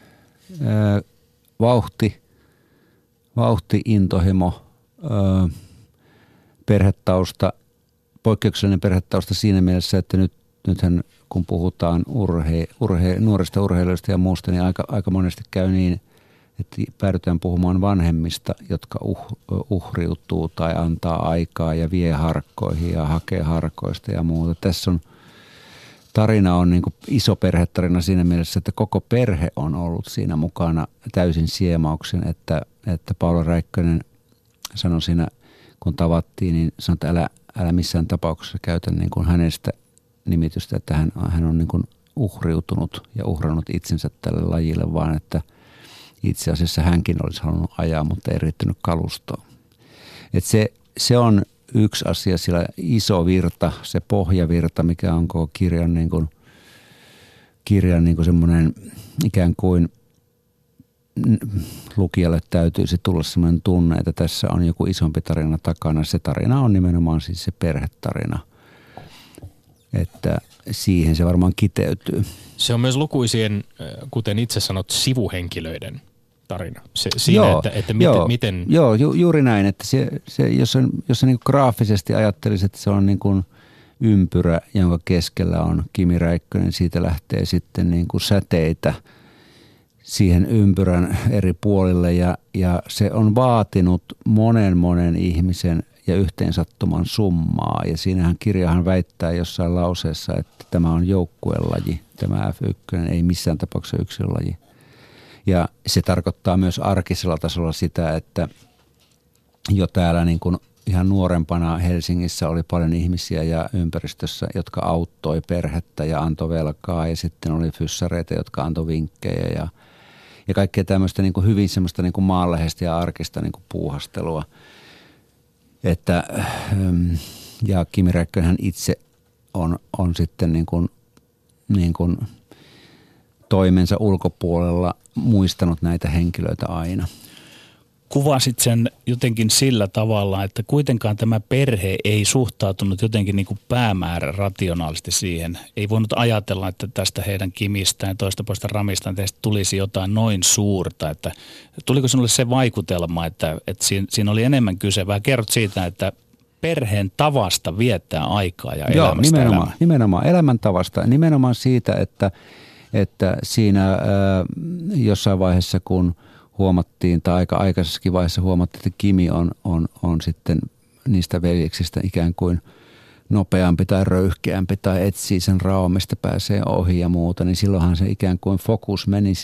Vauhti, intohimo, perhetausta, poikkeuksellinen perhetausta siinä mielessä, että nythän kun puhutaan nuorista urheilijoista ja muusta, niin aika monesti käy niin, että päädytään puhumaan vanhemmista, jotka uhriutuu tai antaa aikaa ja vie harkkoihin ja hakee harkoista ja muuta. Tässä tarina on niin kuin iso perhetarina siinä mielessä, että koko perhe on ollut siinä mukana täysin siemauksen, että Paula Räikkönen sanoi siinä, kun tavattiin, niin sanoi, että älä missään tapauksessa käytä niin kuin hänestä nimitystä, että hän on niin kuin uhriutunut ja uhrannut itsensä tälle lajille, vaan että itse asiassa hänkin olisi halunnut ajaa, mutta ei riittänyt kalustoa. Että se on yksi asia, sillä iso virta, se pohjavirta, mikä on koko kirjan niin kuin semmoinen ikään kuin lukijalle täytyisi tulla semmoinen tunne, että tässä on joku isompi tarina takana. Se tarina on nimenomaan siis se perhetarina, että siihen se varmaan kiteytyy. Se on myös lukuisien, kuten itse sanot, sivuhenkilöiden tarina. Miten... Joo, juuri näin, että jos niin graafisesti ajattelisi, että se on niin kuin ympyrä, jonka keskellä on Kimi Räikkönen, siitä lähtee sitten niin kuin säteitä siihen ympyrän eri puolille ja se on vaatinut monen ihmisen ja yhteensattuman summaa ja siinähän kirjahan väittää jossain lauseessa, että tämä on joukkuelaji, tämä F1 ei missään tapauksessa yksilölaji. Ja se tarkoittaa myös arkisella tasolla sitä, että jo täällä niin kuin ihan nuorempana Helsingissä oli paljon ihmisiä ja ympäristössä, jotka auttoi perhettä ja antoi velkaa ja sitten oli fyssareita, jotka antoi vinkkejä ja kaikkea tämmöistä niin kuin hyvin semmoista niin kuin maanläheistä ja arkista niin kuin puuhastelua. Ja Kimi Räikkönenhän itse on sitten niin kuin toimensa ulkopuolella muistanut näitä henkilöitä aina. Kuvasit sen jotenkin sillä tavalla, että kuitenkaan tämä perhe ei suhtautunut jotenkin niin kuin päämäärä rationaalisesti siihen. Ei voinut ajatella, että tästä heidän Kimistään ja toista poista Ramistaan teistä tulisi jotain noin suurta. Että tuliko sinulle se vaikutelma, että siinä oli enemmän kyse? Vai kerrot siitä, että perheen tavasta viettää aikaa ja elämästä elämää? Nimenomaan elämäntavasta. Nimenomaan siitä, että siinä jossain vaiheessa, kun huomattiin, tai aika aikaisessakin vaiheessa huomattiin, että Kimi on sitten niistä veljeksistä ikään kuin nopeampi tai röyhkeämpi tai etsii sen raon, mistä pääsee ohi ja muuta, niin silloinhan se ikään kuin fokus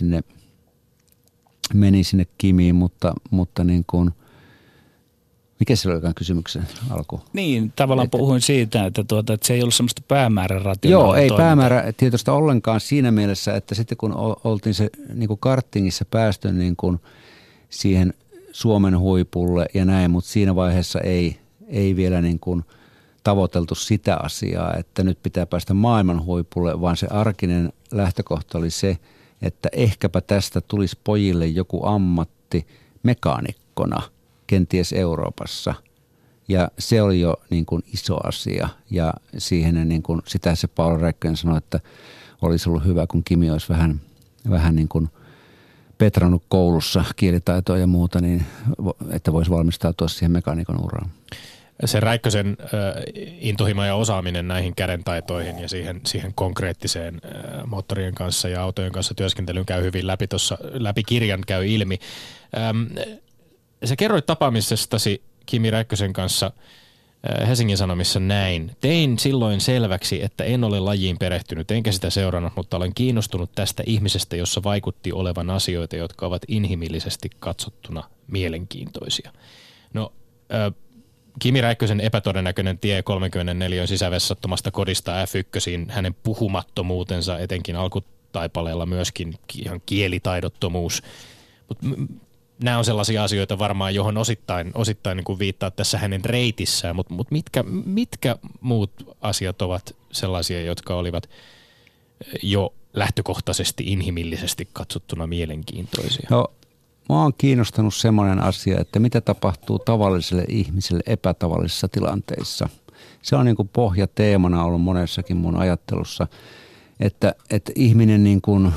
meni sinne Kimiin, mutta niin kuin, mikä se olikaan kysymyksen alku? Niin, tavallaan puhuin siitä, että se ei ollut semmoista päämäärän rationaalista. Joo, ei päämäärä tietysti ollenkaan siinä mielessä, että sitten kun oltiin se niin kuin kartingissa päästy niin kuin siihen Suomen huipulle ja näin, mutta siinä vaiheessa ei vielä niin kuin tavoiteltu sitä asiaa, että nyt pitää päästä maailman huipulle, vaan se arkinen lähtökohta oli se, että ehkäpä tästä tulisi pojille joku ammatti mekaanikkona, kenties Euroopassa. Ja se oli jo niin kuin iso asia ja siihen niin kuin, sitä se Paula Räikkönen sanoi, että olisi ollut hyvä, kun Kimi olisi vähän niin kuin petrannut koulussa kielitaitoa ja muuta, niin että voisi valmistautua siihen mekaanikon uraan. Se Räikkösen intohimo ja osaaminen näihin kädentaitoihin ja siihen konkreettiseen moottorien kanssa ja autojen kanssa työskentelyyn käy hyvin läpi kirjan käy ilmi. Sä kerroit tapaamisestasi Kimi Räikkösen kanssa Helsingin Sanomissa näin. Tein silloin selväksi, että en ole lajiin perehtynyt, enkä sitä seurannut, mutta olen kiinnostunut tästä ihmisestä, jossa vaikutti olevan asioita, jotka ovat inhimillisesti katsottuna mielenkiintoisia. No, Kimi Räikkösen epätodennäköinen tie 34 sisävessattomasta kodista F1, hänen puhumattomuutensa, etenkin alkutaipaleella myöskin ihan kielitaidottomuus. Mutta nämä on sellaisia asioita varmaan, johon osittain niin kuin viittaa tässä hänen reitissään, mutta mitkä muut asiat ovat sellaisia, jotka olivat jo lähtökohtaisesti inhimillisesti katsottuna mielenkiintoisia? No, mä oon kiinnostanut semmoinen asia, että mitä tapahtuu tavalliselle ihmiselle epätavallisissa tilanteissa. Se on niin kuin pohjateemana ollut monessakin mun ajattelussa, että ihminen niin kuin,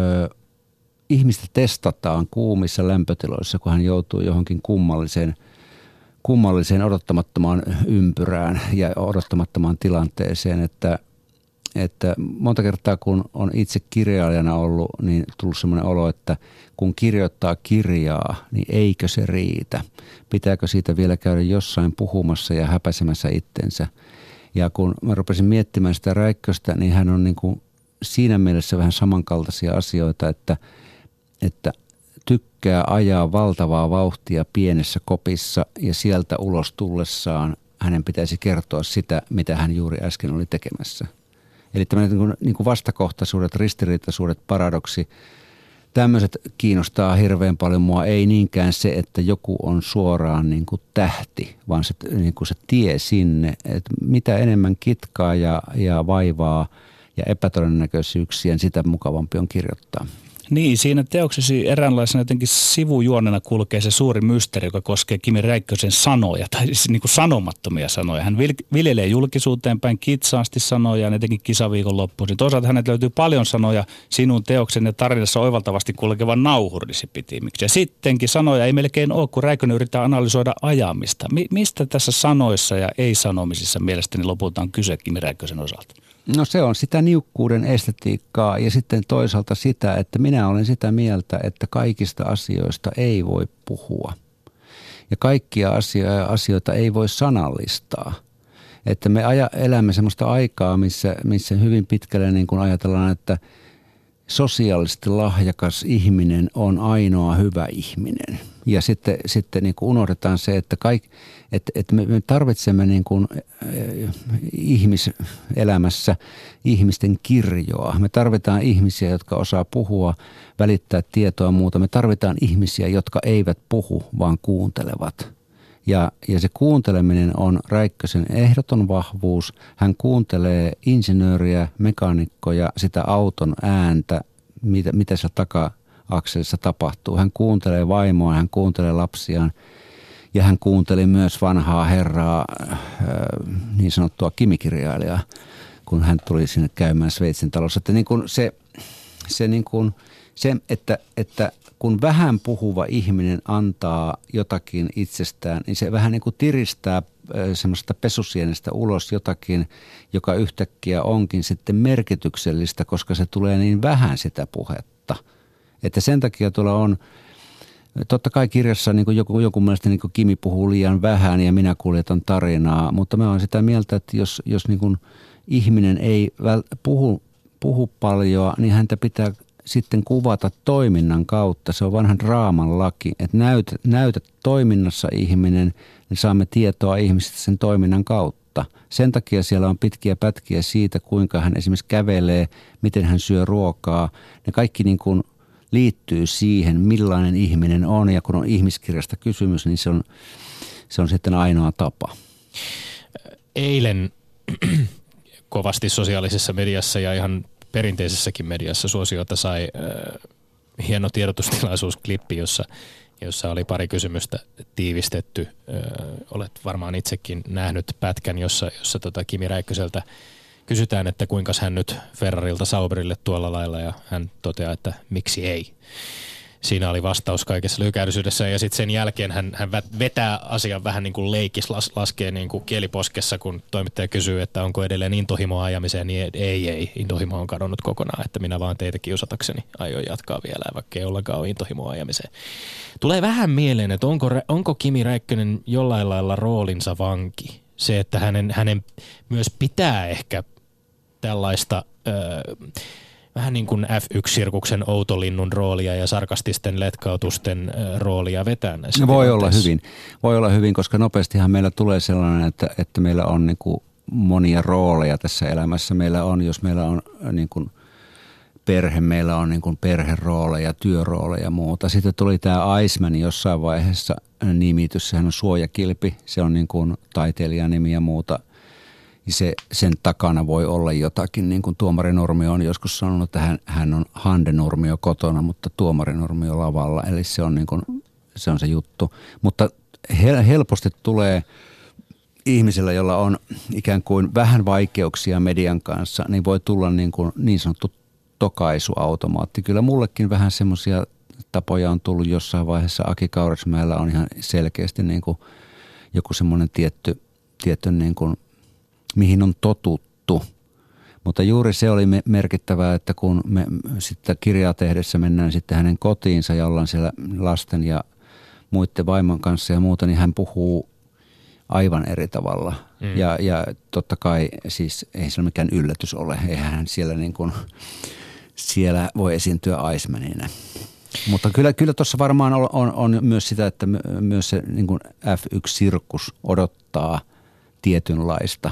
ihmistä testataan kuumissa lämpötiloissa, kun hän joutuu johonkin kummalliseen odottamattomaan ympyrään ja odottamattomaan tilanteeseen, että monta kertaa kun on itse kirjailijana ollut, niin tullut semmoinen olo, että kun kirjoittaa kirjaa, niin eikö se riitä? Pitääkö siitä vielä käydä jossain puhumassa ja häpäisemässä itsensä? Ja kun mä rupesin miettimään sitä Räikköstä, niin hän on niin kuin siinä mielessä vähän samankaltaisia asioita, että tykkää ajaa valtavaa vauhtia pienessä kopissa ja sieltä ulos tullessaan hänen pitäisi kertoa sitä, mitä hän juuri äsken oli tekemässä. Eli tämmöiset niin kuin vastakohtaisuudet, ristiriitaisuudet, paradoksi, tämmöiset kiinnostaa hirveän paljon mua. Ei niinkään se, että joku on suoraan niin kuin tähti, vaan se, niin kuin se tie sinne. Että mitä enemmän kitkaa ja vaivaa ja epätodennäköisyyksiä, niin sitä mukavampi on kirjoittaa. Niin, siinä teoksesi eräänlaisena jotenkin sivujuonena kulkee se suuri mysteeri, joka koskee Kimi Räikkösen sanoja, tai siis niin kuin sanomattomia sanoja. Hän viljelee julkisuuteen päin kitsaasti sanoja, etenkin kisaviikon loppuisin. Toisaalta hänet löytyy paljon sanoja sinun teoksen ja tarinassa oivaltavasti kulkevan nauhurisi pitimiksi. Ja sittenkin sanoja ei melkein ole, kun Räikkönen yrittää analysoida ajamista. Mistä tässä sanoissa ja ei-sanomisissa mielestäni lopulta on kyse Kimi Räikkösen osalta? No se on sitä niukkuuden estetiikkaa ja sitten toisaalta sitä, että minä olen sitä mieltä, että kaikista asioista ei voi puhua. Ja kaikkia asioita ei voi sanallistaa. Että me elämme sellaista aikaa, missä hyvin pitkälle niin kuin ajatellaan, että sosiaalisesti lahjakas ihminen on ainoa hyvä ihminen. Ja sitten niin kuin unohdetaan se, että me tarvitsemme niin kuin ihmiselämässä ihmisten kirjoa. Me tarvitaan ihmisiä, jotka osaa puhua, välittää tietoa ja muuta. Me tarvitaan ihmisiä, jotka eivät puhu, vaan kuuntelevat. Ja se kuunteleminen on Räikkösen ehdoton vahvuus. Hän kuuntelee insinööriä, mekaanikkoja, sitä auton ääntä, mitä siellä taka-akselissa tapahtuu. Hän kuuntelee vaimoa, hän kuuntelee lapsiaan ja hän kuunteli myös vanhaa herraa, niin sanottua kimikirjailijaa, kun hän tuli sinne käymään Sveitsin talossa. Että niin kuin että kun vähän puhuva ihminen antaa jotakin itsestään, niin se vähän niin kuin tiristää semmoista pesusienestä ulos jotakin, joka yhtäkkiä onkin sitten merkityksellistä, koska se tulee niin vähän sitä puhetta. Että sen takia tuolla on, totta kai kirjassa niin kuin joku mielestä niin kuin Kimi puhuu liian vähän ja minä kuljetan tarinaa, mutta mä oon sitä mieltä, että jos niin kuin ihminen ei puhu paljon, niin häntä pitää sitten kuvata toiminnan kautta. Se on vanhan draaman laki, että näytä toiminnassa ihminen, niin saamme tietoa ihmisestä sen toiminnan kautta. Sen takia siellä on pitkiä pätkiä siitä, kuinka hän esimerkiksi kävelee, miten hän syö ruokaa. Ne kaikki niin kuin liittyy siihen, millainen ihminen on, ja kun on ihmiskirjasta kysymys, niin se on sitten ainoa tapa. Eilen kovasti sosiaalisessa mediassa ja ihan perinteisessäkin mediassa suosiota sai hieno tiedotustilaisuusklippi, jossa oli pari kysymystä tiivistetty. Olet varmaan itsekin nähnyt pätkän, jossa Kimi Räikköseltä kysytään, että kuinka hän nyt Ferrarilta Sauberille tuolla lailla, ja hän toteaa, että miksi ei. Siinä oli vastaus kaikessa lyhykäisyydessä, ja sitten sen jälkeen hän vetää asian vähän niin kuin leikis, laskee niin kuin kieliposkessa, kun toimittaja kysyy, että onko edelleen intohimoa ajamiseen, niin ei, intohimo on kadonnut kokonaan, että minä vaan teitä kiusatakseni aion jatkaa vielä, vaikka ei ollenkaan ole intohimoa ajamiseen. Tulee vähän mieleen, että onko Kimi Räikkönen jollain lailla roolinsa vanki. se, että hänen myös pitää ehkä tällaista vähän niin kuin F1-sirkuksen outolinnun roolia ja sarkastisten letkautusten roolia vetää näissä Voi olla hyvin, koska nopeastihan meillä tulee sellainen, että meillä on niin kuin monia rooleja tässä elämässä. Jos meillä on niin kuin perhe, meillä on niin kuin perherooleja, työrooleja ja muuta. Sitten tuli tämä Iceman jossain vaiheessa nimitys, sehän on suojakilpi, se on niin kuin taiteilijanimi ja muuta. Sen takana voi olla jotakin, niin kuin Tuomari Nurmio on joskus sanonut, että hän on Hande Nurmio kotona, mutta Tuomari Nurmio lavalla, eli se on, niin kuin, se on se juttu. Mutta helposti tulee ihmisellä, jolla on ikään kuin vähän vaikeuksia median kanssa, niin voi tulla niin sanottu tokaisuautomaatti. Kyllä mullekin vähän semmoisia tapoja on tullut jossain vaiheessa. Aki Kaurismäellä on ihan selkeästi niin kuin joku semmoinen tietty niin kuin, mihin on totuttu. Mutta juuri se oli merkittävää, että kun me sitten kirjaa tehdessä mennään sitten hänen kotiinsa ja ollaan siellä lasten ja muiden vaimon kanssa ja muuta, niin hän puhuu aivan eri tavalla. Ja totta kai siis ei se mikään yllätys ole. Eihän hän siellä, niin kuin, siellä voi esiintyä Icemanina. Mutta kyllä tuossa varmaan on myös sitä, että myös se niin kuin F1-sirkus odottaa tietynlaista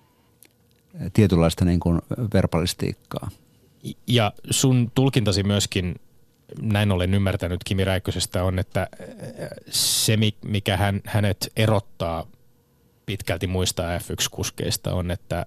niin kuin verbalistiikkaa. Ja sun tulkintasi myöskin, näin olen ymmärtänyt Kimi Räikkösestä, on, että se mikä hänet erottaa pitkälti muista F1-kuskeista on, että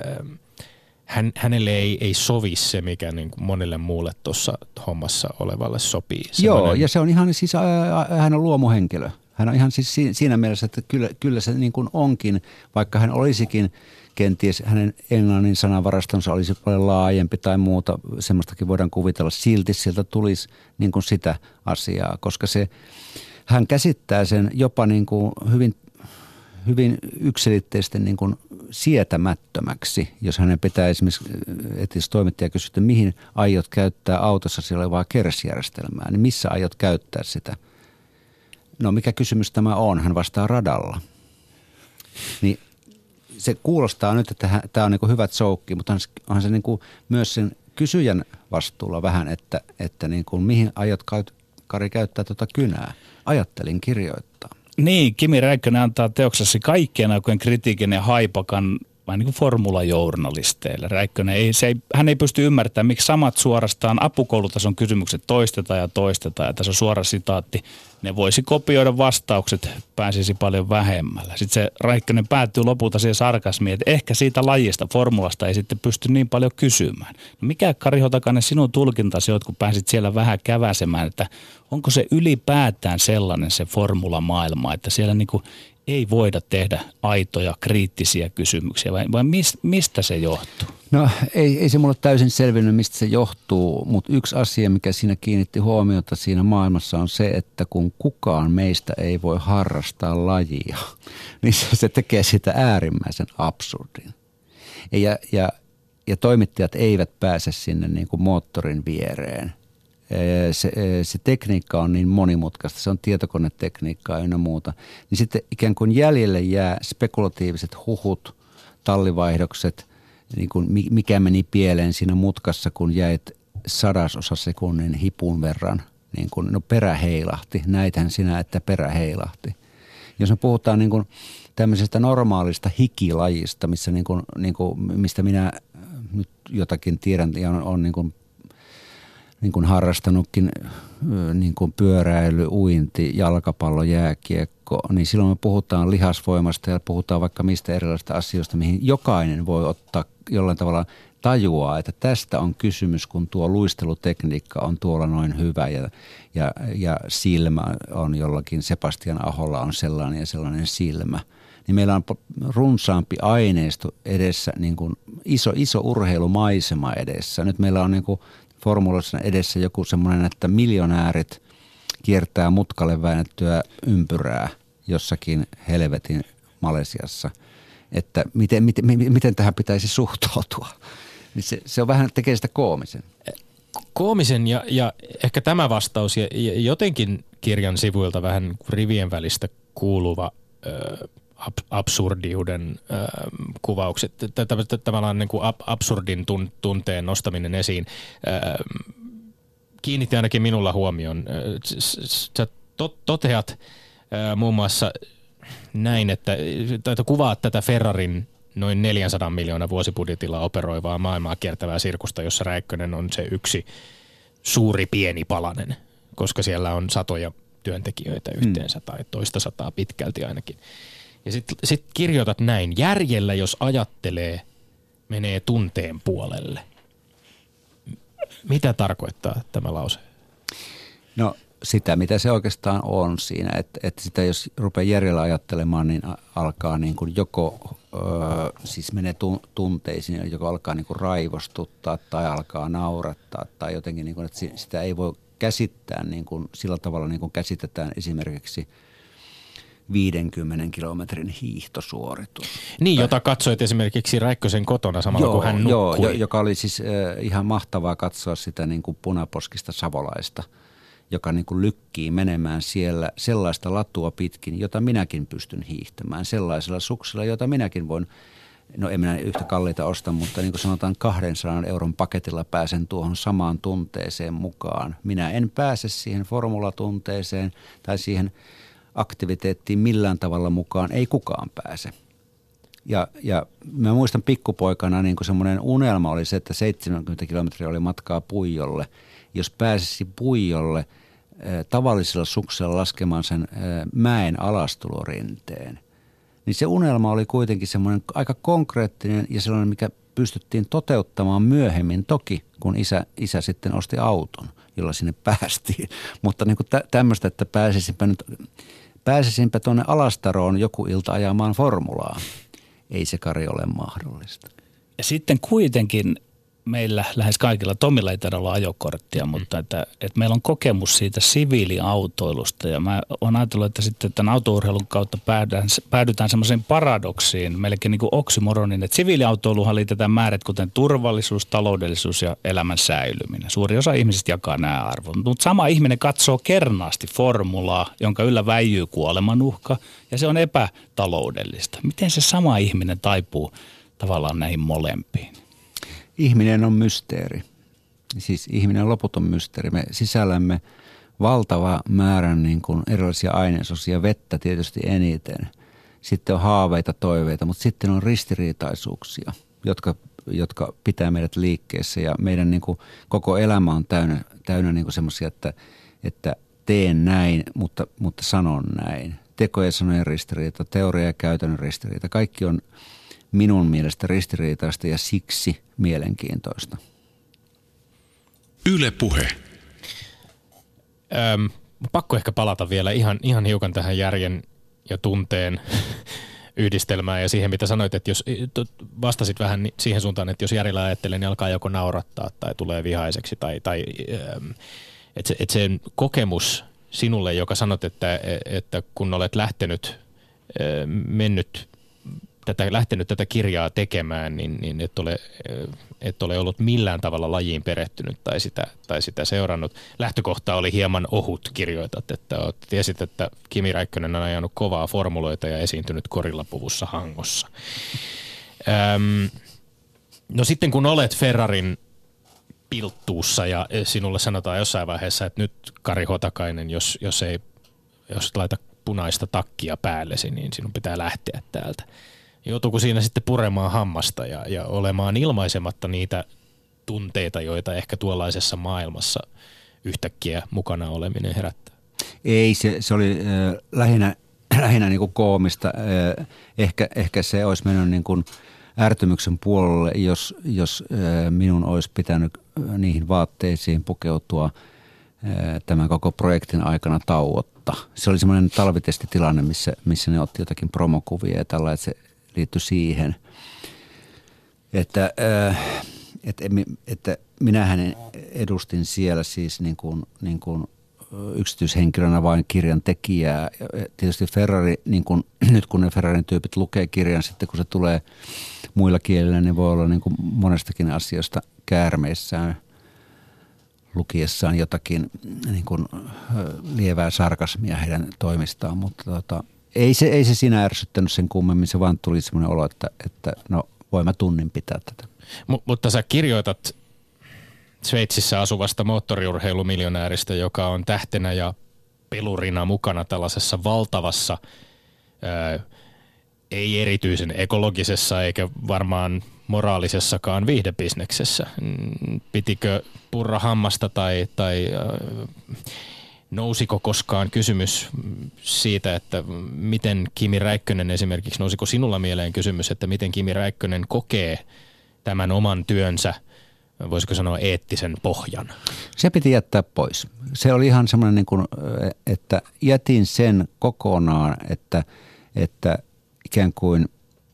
hänelle ei sovi se, mikä niin kuin monelle muulle tuossa hommassa olevalle sopii. Joo, ja se on ihan siis, hän on luomuhenkilö. Hän on ihan siis siinä mielessä, että kyllä se niin kuin onkin, vaikka hän olisikin kenties hänen englannin sanavarastonsa olisi paljon laajempi tai muuta, semmoistakin voidaan kuvitella. Silti sieltä tulisi niin kuin sitä asiaa, koska hän käsittää sen jopa niin kuin hyvin yksiselitteisesti niin kuin sietämättömäksi, jos hänen pitää esimerkiksi, että jos toimittaja kysyy, että mihin aiot käyttää autossa olevaa kersjärjestelmää, niin missä aiot käyttää sitä? No mikä kysymys tämä on? Hän vastaa radalla. Niin se kuulostaa nyt, että tämä on niin kuin hyvä joke, mutta onhan se niin kuin myös sen kysyjän vastuulla vähän, että niin kuin mihin aiot Kari käyttää tuota kynää? Ajattelin kirjoittaa. Niin, Kimi Räikkönen antaa teoksessa kaikkien aikojen kritiikin ja haipakan vähän niin kuin formulajournalisteille. Räikkönen hän ei pysty ymmärtämään, miksi samat suorastaan apukoulutason kysymykset toistetaan. Ja tässä on suora sitaatti. Ne voisi kopioida vastaukset, pääsisi paljon vähemmällä. Sitten se Räikkönen päättyy lopulta siihen sarkasmiin, että ehkä siitä lajista, formulasta ei sitten pysty niin paljon kysymään. No mikä, Kari Hotakainen, sinun tulkintasi on, kun pääsit siellä vähän käväsemään, että onko se ylipäätään sellainen se formulamaailma, että siellä niin kuin ei voida tehdä aitoja, kriittisiä kysymyksiä, vai mistä se johtuu? No ei se mulle täysin selvinnyt, mistä se johtuu, mutta yksi asia, mikä siinä kiinnitti huomiota siinä maailmassa on se, että kun kukaan meistä ei voi harrastaa lajia, niin se tekee sitä äärimmäisen absurdin. Ja toimittajat eivät pääse sinne niin kuin moottorin viereen. Se tekniikka on niin monimutkaista, se on tietokonetekniikkaa ynnä muuta, niin sitten ikään kuin jäljelle jää spekulatiiviset huhut, tallivaihdokset, niin kuin mikä meni pieleen siinä mutkassa, kun jäit 100% sekunnin hipun verran, niin kuin perä heilahti, näithän sinä, että perä heilahti. Jos me puhutaan niin kuin tämmöisestä normaalista hikilajista, mistä minä nyt jotakin tiedän ja on niin kuin harrastanutkin niin kuin pyöräily, uinti, jalkapallo, jääkiekko, niin silloin me puhutaan lihasvoimasta ja puhutaan vaikka mistä erilaisista asioista, mihin jokainen voi ottaa jollain tavalla tajuaa, että tästä on kysymys, kun tuo luistelutekniikka on tuolla noin hyvä ja silmä on jollakin, Sebastian Aholla on sellainen ja sellainen silmä. Niin meillä on runsaampi aineisto edessä, niin kuin iso urheilumaisema edessä. Nyt meillä on niin kuin formulassa edessä joku semmoinen, että miljonäärit kiertää mutkalle väännettyä ympyrää jossakin helvetin Malesiassa. Että miten tähän pitäisi suhtautua? Niin se on vähän, tekee sitä koomisen. Koomisen ja ehkä tämä vastaus ja jotenkin kirjan sivuilta vähän rivien välistä kuuluva absurdiuden kuvaukset, tavallaan niin kuin absurdin tunteen nostaminen esiin, kiinnitti ainakin minulla huomioon. Sä toteat muun muassa näin, että kuvaat tätä Ferrarin noin 400 miljoonaa vuosibudjetilla operoivaa maailmaa kiertävää sirkusta, jossa Räikkönen on se yksi suuri pieni palanen, koska siellä on satoja työntekijöitä yhteensä tai toista sataa pitkälti ainakin. Ja sit kirjoitat näin: järjellä jos ajattelee, menee tunteen puolelle. Mitä tarkoittaa tämä lause? No sitä, mitä se oikeastaan on siinä, että sitä jos rupeaa järjellä ajattelemaan, niin alkaa niin kuin joko siis menee tunteisiin, joko alkaa niin kuin raivostuttaa tai alkaa naurattaa tai jotenkin, niin kuin, että sitä ei voi käsittää niin kuin sillä tavalla, niin kuin käsitetään esimerkiksi 50 kilometrin hiihtosuoritus. Niin, jota katsoit esimerkiksi Räikkösen kotona samalla kun hän nukkui. Joo, joka oli siis ihan mahtavaa katsoa sitä niin kuin punaposkista savolaista, joka niin kuin lykkii menemään siellä sellaista latua pitkin, jota minäkin pystyn hiihtämään. Sellaisella suksilla, jota minäkin voin, no en minä yhtä kalliita osta, mutta niin kuin sanotaan 200 € paketilla pääsen tuohon samaan tunteeseen mukaan. Minä en pääse siihen formulatunteeseen tai siihen aktiviteettiin millään tavalla mukaan, ei kukaan pääse. Ja mä muistan pikkupoikana niin kuin semmoinen unelma oli se, että 70 kilometriä oli matkaa Puijolle. Jos pääsisi Puijolle tavallisella suksella laskemaan sen mäen alastulorinteen, niin se unelma oli kuitenkin semmoinen aika konkreettinen ja sellainen, mikä pystyttiin toteuttamaan myöhemmin toki, kun isä sitten osti auton, jolla sinne päästiin. Mutta niin kuin tämmöistä, että pääsisinpä tuonne Alastaroon joku ilta ajamaan formulaa. Ei se, Kari, ole mahdollista. Ja sitten kuitenkin meillä lähes kaikilla, Tomilla ei taida olla ajokorttia, mutta että meillä on kokemus siitä siviiliautoilusta. Ja mä oon ajatellut, että sitten tämän autourheilun kautta päädytään semmoiseen paradoksiin, melkein niin kuin oksymoronin, että siviiliautoiluhan liitetään määrät kuten turvallisuus, taloudellisuus ja elämän säilyminen. Suuri osa ihmisistä jakaa nämä arvot, mutta sama ihminen katsoo kernaasti formulaa, jonka yllä väijyy kuolemanuhka, ja se on epätaloudellista. Miten se sama ihminen taipuu tavallaan näihin molempiin? Ihminen on mysteeri. Siis ihminen on loputon mysteeri. Me sisällämme valtava määrän niin kuin erilaisia ainesosia, vettä tietysti eniten. Sitten on haaveita, toiveita, mutta sitten on ristiriitaisuuksia, jotka pitää meidät liikkeessä. Ja meidän niin kuin koko elämä on täynnä niin kuin semmoisia, että teen näin, mutta sanon näin. Tekojen ja sanojen ristiriita, teoria ja käytännön ristiriita. Kaikki on minun mielestä ristiriitaista ja siksi mielenkiintoista. Yle Puhe. Pakko ehkä palata vielä ihan hiukan tähän järjen ja tunteen yhdistelmään ja siihen, mitä sanoit, että jos vastasit vähän siihen suuntaan, että jos järjellä ajattelee, niin alkaa joko naurattaa tai tulee vihaiseksi tai että sen kokemus sinulle, joka sanot, että kun olet lähtenyt tätä kirjaa tekemään, niin et ole ollut millään tavalla lajiin perehtynyt tai sitä seurannut. Lähtökohta oli hieman ohut, kirjoitat, että tiesit, että Kimi Räikkönen on ajanut kovaa formuloita ja esiintynyt korillapuvussa Hangossa. No sitten kun olet Ferrarin pilttuussa ja sinulle sanotaan jossain vaiheessa, että nyt Kari Hotakainen, jos laita punaista takkia päällesi, niin sinun pitää lähteä täältä. Joutuuko siinä sitten puremaan hammasta ja olemaan ilmaisematta niitä tunteita, joita ehkä tuollaisessa maailmassa yhtäkkiä mukana oleminen herättää? Ei, se oli lähinnä niin kuin koomista. Ehkä se olisi mennyt niin kuin ärtymyksen puolelle, jos minun olisi pitänyt niihin vaatteisiin pukeutua tämän koko projektin aikana tauotta. Se oli semmoinen talvitestitilanne, missä ne otti jotakin promokuvia ja tällä, että se liittyi siihen, että minähän edustin siellä siis niin kuin yksityishenkilönä vain kirjan tekijää. Tietysti Ferrari, niin kuin, nyt kun ne Ferrarin tyypit lukee kirjan, sitten kun se tulee muilla kielillä, niin voi olla niin kuin monestakin asiasta käärmeissään lukiessaan jotakin niin kuin lievää sarkasmia heidän toimistaan, mutta ei se siinä ärsyttänyt sen kummemmin, se vaan tuli semmoinen olo, että no voin mä tunnin pitää tätä. Mutta sä kirjoitat Sveitsissä asuvasta moottoriurheilumiljonääristä, joka on tähtenä ja pelurina mukana tällaisessa valtavassa, ei erityisen ekologisessa eikä varmaan moraalisessakaan viihdebisneksessä. Pitikö purra hammasta tai nousiko koskaan kysymys siitä, että miten Kimi Räikkönen esimerkiksi, nousiko sinulla mieleen kysymys, että miten Kimi Räikkönen kokee tämän oman työnsä, voisiko sanoa eettisen pohjan? Se piti jättää pois. Se oli ihan semmoinen, niin kuin, että jätin sen kokonaan, että ikään kuin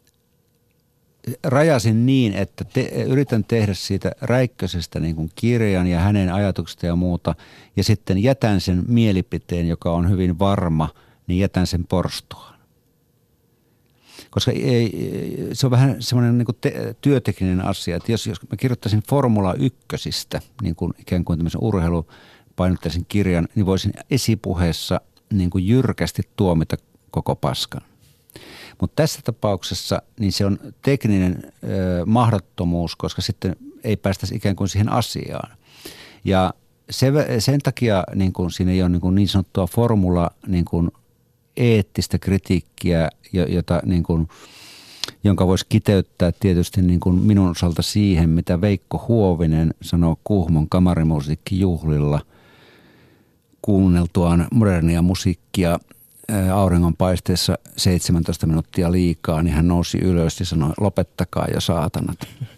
rajasin niin, että yritän tehdä siitä Räikkösestä niin kuin kirjan ja hänen ajatuksista ja muuta, ja sitten jätän sen mielipiteen, joka on hyvin varma, niin jätän sen porstuaan. Koska se on vähän semmoinen niin kuin työtekninen asia, että jos mä kirjoittaisin Formula 1:stä, niin kuin ikään kuin tämmöisen urheilupainotteisen kirjan, niin voisin esipuheessa niin kuin jyrkästi tuomita koko paskan. Mutta tässä tapauksessa niin se on tekninen mahdottomuus, koska sitten ei päästäisi ikään kuin siihen asiaan. Ja sen takia niin kuin siinä ei ole niin sanottua formula niin kuin eettistä kritiikkiä, jota niin kuin, jonka voisi kiteyttää tietysti niin kuin minun osalta siihen, mitä Veikko Huovinen sanoo Kuhmon kamarimusiikkijuhlilla kuunneltuaan modernia musiikkia auringonpaisteessa 17 minuuttia liikaa, niin hän nousi ylös ja sanoi, lopettakaa jo saatanat.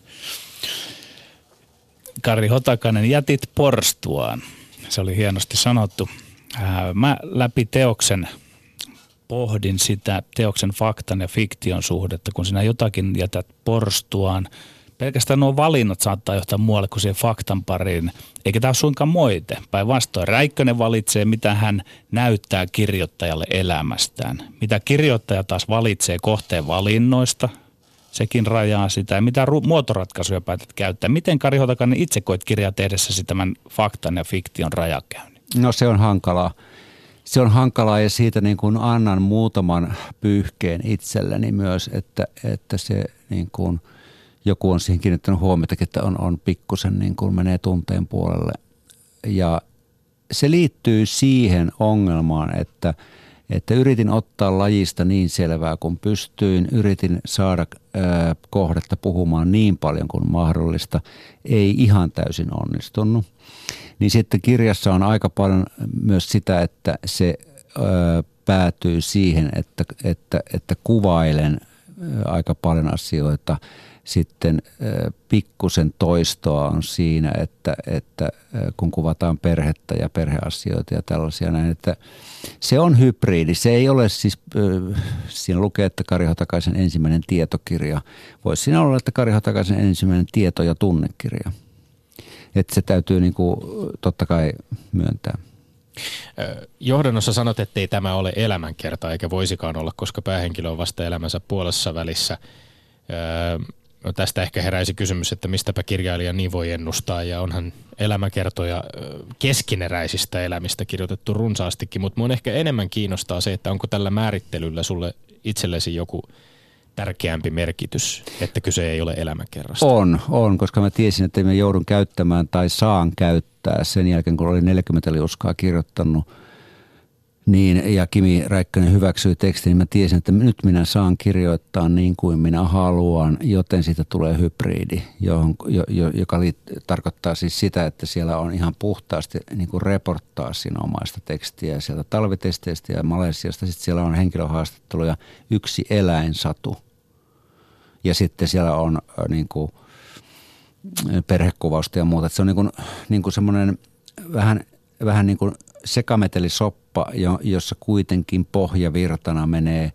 Kari Hotakainen, jätit porstuaan. Se oli hienosti sanottu. Mä läpi teoksen pohdin sitä teoksen faktan ja fiktion suhdetta, kun sinä jotakin jätät porstuaan. Pelkästään nuo valinnat saattaa johtaa muualle kuin siihen faktan pariin. Eikä tämä ole suinkaan moite. Päinvastoin Räikkönen valitsee, mitä hän näyttää kirjoittajalle elämästään. Mitä kirjoittaja taas valitsee kohteen valinnoista, sekin rajaa sitä. Ja mitä muotoratkaisuja päätät käyttää. Miten Kari Hotakainen itse koit kirjaa tehdessäsi tämän faktan ja fiktion rajakäynnin? No se on hankalaa. Se on hankalaa ja siitä niin kuin annan muutaman pyyhkeen itselleni myös, että se niin kuin joku on siihen kiinnittänyt huomiota, että on pikkusen niin kuin menee tunteen puolelle. Ja se liittyy siihen ongelmaan, että yritin ottaa lajista niin selvää kuin pystyin. Yritin saada kohdetta puhumaan niin paljon kuin mahdollista. Ei ihan täysin onnistunut. Niin sitten kirjassa on aika paljon myös sitä, että se päätyy siihen, että kuvailen aika paljon asioita. Sitten pikkusen toistoa on siinä, että kun kuvataan perhettä ja perheasioita ja tällaisia näin, että se on hybridi. Se ei ole siis, siinä lukee, että Kari Hotakaisen ensimmäinen tietokirja. Voisi siinä olla, että Kari Hotakaisen ensimmäinen tieto- ja tunnekirja. Että se täytyy niin kuin totta kai myöntää. Johdannossa sanot, että ei tämä ole elämänkerta eikä voisikaan olla, koska päähenkilö on vasta elämänsä puolessa välissä. No tästä ehkä heräisi kysymys, että mistäpä kirjailija niin voi ennustaa, ja onhan elämäkertoja keskeneräisistä elämistä kirjoitettu runsaastikin, mutta mun ehkä enemmän kiinnostaa se, että onko tällä määrittelyllä sulle itsellesi joku tärkeämpi merkitys, että kyse ei ole elämänkerrasta? On, koska mä tiesin, että mä joudun käyttämään tai saan käyttää sen jälkeen, kun olin 40 liuskaa kirjoittanut, niin, ja Kimi Räikkönen hyväksyi tekstin, niin mä tiesin, että nyt minä saan kirjoittaa niin kuin minä haluan, joten siitä tulee hybridi, joka tarkoittaa siis sitä, että siellä on ihan puhtaasti niin kuin reportaasinomaista tekstiä sieltä talvitesteistä ja Malesiasta. Sitten siellä on henkilöhaastatteluja, yksi eläinsatu. Ja sitten siellä on niin kuin perhekuvausta ja muuta. Että se on niin kuin semmoinen vähän niin kuin sekametelisoppa, jossa kuitenkin pohjavirtana menee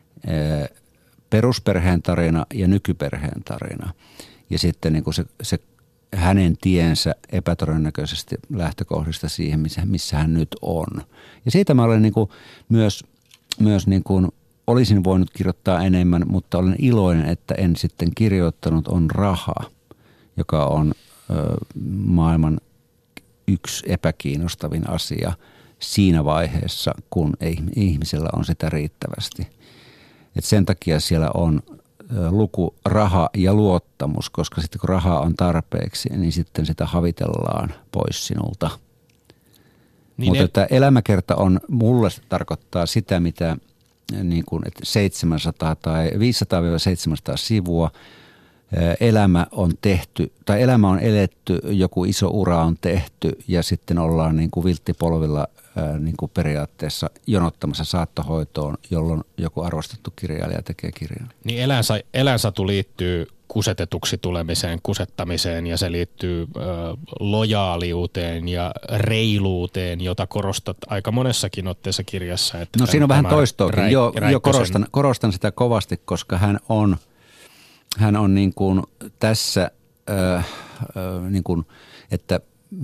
perusperheen tarina ja nykyperheen tarina. Ja sitten niin kuin se hänen tiensä epätodennäköisesti lähtökohdista siihen, missä hän nyt on. Ja siitä mä olen niin kuin myös niin kuin olisin voinut kirjoittaa enemmän, mutta olen iloinen, että en sitten kirjoittanut, on raha, joka on maailman yksi epäkiinnostavin asia, siinä vaiheessa, kun ihmisellä on sitä riittävästi. Et sen takia siellä on luku raha ja luottamus, koska sitten kun rahaa on tarpeeksi, niin sitten sitä havitellaan pois sinulta. Niin mutta että elämäkerta on, mulle tarkoittaa sitä, mitä niin kuin, että 700 tai 500-700 sivua elämä on tehty, tai elämä on eletty, joku iso ura on tehty ja sitten ollaan niin kuin vilttipolvilla niin kuin periaatteessa jonottamassa saattohoitoon, jolloin joku arvostettu kirjailija tekee kirjan. Niin elänsatu liittyy kusetetuksi tulemiseen, kusettamiseen ja se liittyy lojaaliuteen ja reiluuteen, jota korostat aika monessakin otteessa kirjassa. Että no siinä on vähän toistoakin. Joo, korostan sitä kovasti, koska hän on niin kuin tässä, niin kuin, että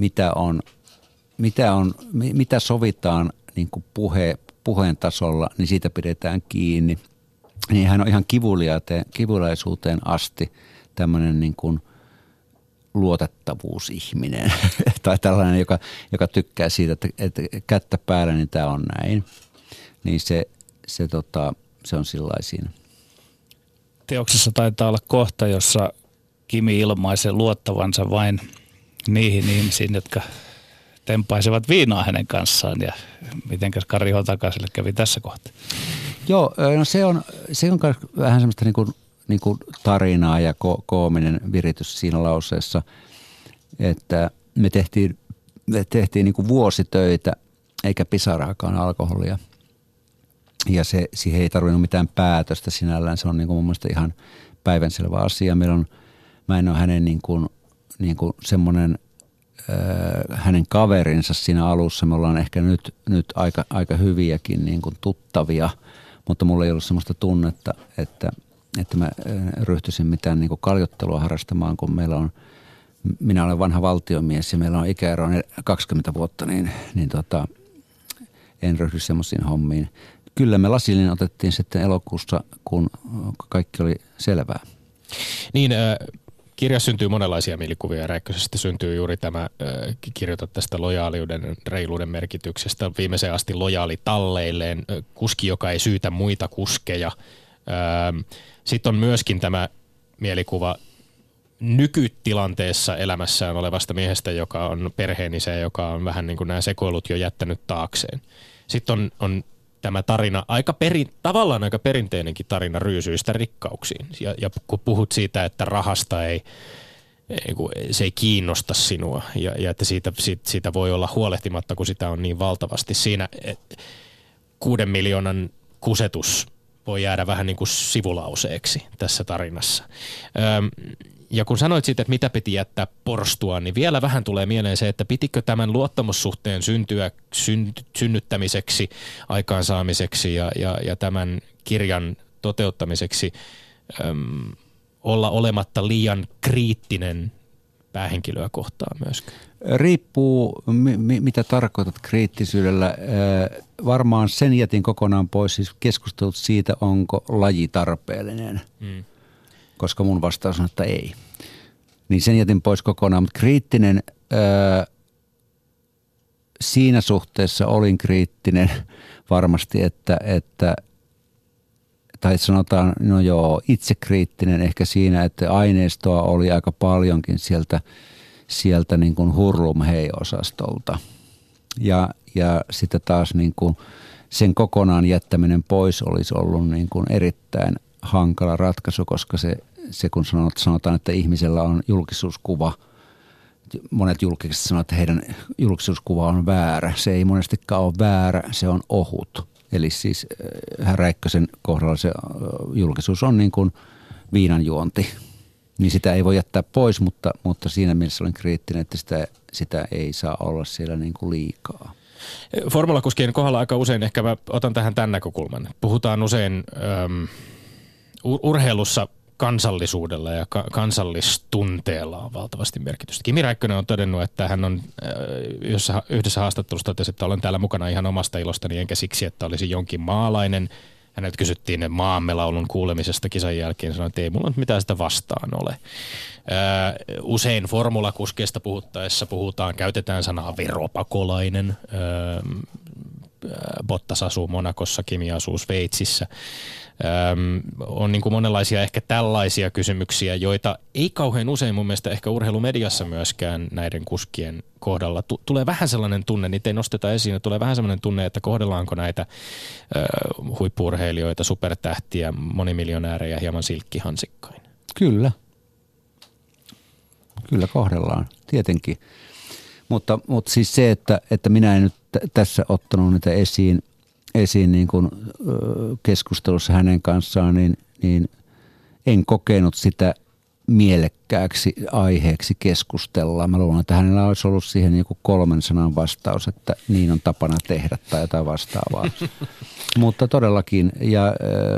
mitä sovitaan niin kuin puheen tasolla, niin siitä pidetään kiinni. Niin hän on ihan kivuliaisuuteen asti tämmöinen niin kuin luotettavuusihminen tai tällainen, joka tykkää siitä, että kättä päällä, niin tämä on näin. Niin se on sillai siinä. Teoksessa taitaa olla kohta, jossa Kimi ilmaisee luottavansa vain niihin ihmisiin, jotka tempaisevat viinaa hänen kanssaan. Ja mitenkäs Kari Hotakaselle kävi tässä kohtaa? Joo, no se on vähän semmoista niin kuin tarinaa ja koominen viritys siinä lauseessa, että me tehtiin niin kuin vuositöitä eikä pisaraakaan alkoholia. Ja siihen ei tarvinnut mitään päätöstä sinällään. Se on niin kuin mun mielestä ihan päivänselvä asia. Mä en ole hänen niin kuin semmoinen hänen kaverinsa siinä alussa. Me ollaan ehkä nyt aika hyviäkin niin kuin tuttavia, mutta mulla ei ollut semmoista tunnetta, että mä ryhtyisin mitään niin kuin kaljottelua harrastamaan, kun minä olen vanha valtiomies ja meillä on ikäero 20 vuotta, niin en ryhdy semmoisiin hommiin. Kyllä me lasillinen otettiin sitten elokuussa, kun kaikki oli selvää. Niin, kirjassa syntyy monenlaisia mielikuvia ja Räikkösestä syntyy juuri tämä, kirjoitat tästä lojaaliuden, reiluuden merkityksestä, viimeiseen asti lojaali talleilleen, kuski, joka ei syytä muita kuskeja. Sitten on myöskin tämä mielikuva nykytilanteessa elämässään olevasta miehestä, joka on perheenisä ja joka on vähän niin kuin nämä sekoilut jo jättänyt taakseen. Sitten on tämä tarina, tavallaan aika perinteinenkin tarina ryysyistä rikkauksiin. Ja kun puhut siitä, että rahasta se ei kiinnosta sinua ja että siitä voi olla huolehtimatta, kun sitä on niin valtavasti. Siinä 6 miljoonan kusetus voi jäädä vähän niin kuin sivulauseeksi tässä tarinassa. Ja kun sanoit siitä, että mitä piti jättää porstua, niin vielä vähän tulee mieleen se, että pitikö tämän luottamussuhteen synnyttämiseksi, aikaansaamiseksi ja tämän kirjan toteuttamiseksi olla olematta liian kriittinen päähenkilöä kohtaan myöskin? Riippuu, mitä tarkoitat kriittisyydellä. Varmaan sen jätin kokonaan pois, siis keskustelut siitä, onko laji tarpeellinen. Koska mun vastaus on, että ei. Niin sen jätin pois kokonaan, mutta kriittinen, siinä suhteessa olin kriittinen varmasti, tai sanotaan, no joo, itsekriittinen ehkä siinä, että aineistoa oli aika paljonkin sieltä niin kuin hurlumhei-osastolta. Ja sitten taas niin kuin sen kokonaan jättäminen pois olisi ollut niin kuin erittäin hankala ratkaisu, koska se kun sanotaan, että ihmisellä on julkisuuskuva, monet julkiset sanoo, että heidän julkisuuskuva on väärä. Se ei monestikaan ole väärä, se on ohut. Eli siis Räikkösen kohdalla se julkisuus on niin kuin viinanjuonti. Niin sitä ei voi jättää pois, mutta siinä mielessä olen kriittinen, että sitä ei saa olla siellä niin kuin liikaa. Formulakuskien kohdalla aika usein, ehkä mä otan tähän tämän näkökulman. Puhutaan usein urheilussa kansallisuudella ja kansallistunteella on valtavasti merkitystä. Kimi Räikkönen on todennut, että hän on yhdessä haastattelussa totesi, että olen täällä mukana ihan omasta ilostani, enkä siksi, että olisi jonkin maalainen. Hänet kysyttiin maamme laulun kuulemisesta kisan jälkeen, sanoi, että ei mulla nyt mitään sitä vastaan ole. Usein formulakuskeista puhuttaessa käytetään sanaa veropakolainen. Bottas asuu Monacossa, Kimi asuu Sveitsissä. On niin kuin monenlaisia ehkä tällaisia kysymyksiä, joita ei kauhean usein mun mielestä ehkä urheilumediassa myöskään näiden kuskien kohdalla. Tulee vähän sellainen tunne, niitä ei nosteta esiin, tulee vähän sellainen tunne, että kohdellaanko näitä huippu-urheilijoita, supertähtiä, monimiljonäärejä hieman silkkihansikkain. Kyllä kohdellaan, tietenkin. Mutta siis se, että minä en nyt tässä ottanut niitä esiin niin kuin keskustelussa hänen kanssaan, niin en kokenut sitä mielekkääksi aiheeksi keskustella. Mä luulen, että hänellä olisi ollut siihen joku 3 sanan vastaus, että niin on tapana tehdä tai jotain vastaavaa. Mutta todellakin, ja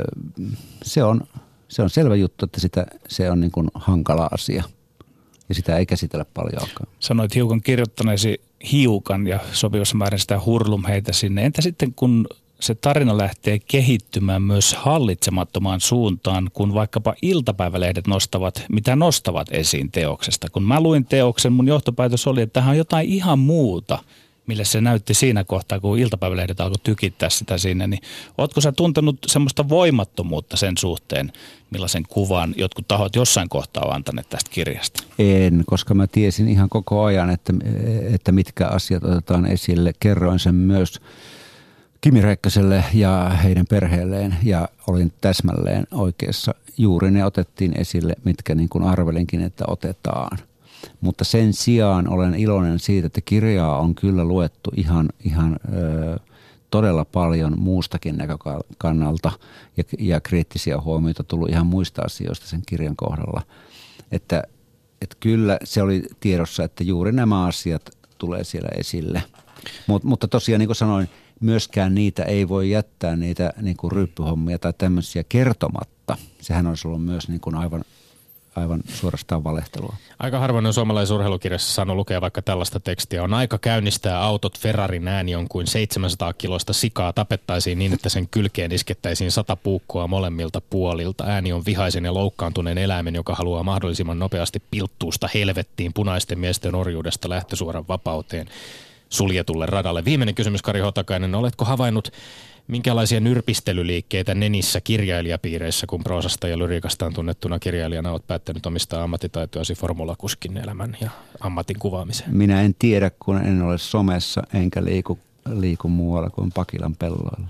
se on selvä juttu, että se on niin kuin hankala asia. Ja sitä ei käsitellä paljonkaan. Sanoit hiukan kirjoittaneesi hiukan ja sopivassa määrin sitä hurlumheitä sinne. Entä sitten kun se tarina lähtee kehittymään myös hallitsemattomaan suuntaan, kun vaikkapa iltapäivälehdet nostavat esiin teoksesta. Kun mä luin teoksen, mun johtopäätös oli, että tämähän on jotain ihan muuta, mille se näytti siinä kohtaa, kun iltapäivälehdet alkoi tykittää sitä sinne. Niin ootko sä tuntenut semmoista voimattomuutta sen suhteen, millaisen kuvan jotkut tahot jossain kohtaa ovat antaneet tästä kirjasta? En, koska mä tiesin ihan koko ajan, että mitkä asiat otetaan esille. Kerroin sen myös Kimi Räikköselle ja heidän perheelleen ja olin täsmälleen oikeassa. Juuri ne otettiin esille, mitkä niin kuin arvelinkin, että otetaan. Mutta sen sijaan olen iloinen siitä, että kirjaa on kyllä luettu ihan todella paljon muustakin näkökannalta ja kriittisiä huomioita tullut ihan muista asioista sen kirjan kohdalla. Että kyllä se oli tiedossa, että juuri nämä asiat tulee siellä esille. Mutta tosiaan niin kuin sanoin, myöskään niitä ei voi jättää niitä niin kuin ryyppyhommia tai tämmöisiä kertomatta. Sehän olisi ollut myös niin kuin aivan suorastaan valehtelua. Aika harvoin on suomalaisessa urheilukirjassa saanut lukea vaikka tällaista tekstiä. On aika käynnistää autot, Ferrarin ääni on kuin 700 kiloista sikaa tapettaisiin niin, että sen kylkeen iskettäisiin 100 puukkoa molemmilta puolilta. Ääni on vihaisen ja loukkaantuneen eläimen, joka haluaa mahdollisimman nopeasti pilttuusta helvettiin punaisten miesten orjuudesta lähtösuoran vapauteen suljetulle radalle. Viimeinen kysymys, Kari Hotakainen. Oletko havainnut minkälaisia nyrpistelyliikkeitä nenissä kirjailijapiireissä, kun proosasta ja lyriikastaan tunnettuna kirjailijana olet päättänyt omistaa ammattitaitoasi formulakuskin elämän ja ammatin kuvaamiseen? Minä en tiedä, kun en ole somessa enkä liiku muualla kuin Pakilan pelloilla.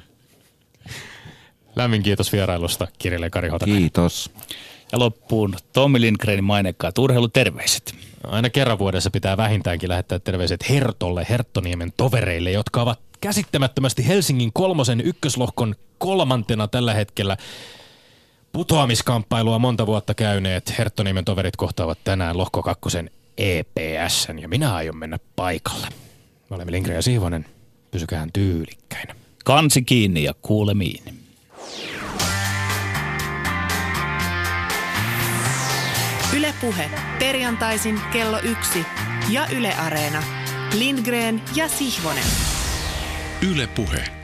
Lämmin kiitos vierailusta, kirjailija Kari Hotakainen. Kiitos. Ja loppuun Tommi Lindgrenin mainekkaat urheiluterveiset. Aina kerran vuodessa pitää vähintäänkin lähettää terveiset Hertolle, Herttoniemen tovereille, jotka ovat käsittämättömästi Helsingin 3. ykköslohkon 3. tällä hetkellä putoamiskamppailua monta vuotta käyneet. Herttoniemen toverit kohtaavat tänään lohko 2 EPS:n ja minä aion mennä paikalle. Me olemme Lindgren ja Sihvonen. Pysykään tyylikkäinä. Kansi kiinni ja kuulemiin. Yle Puhe. Perjantaisin kello 1 ja Yle Areena. Lindgren ja Sihvonen. Yle Puhe.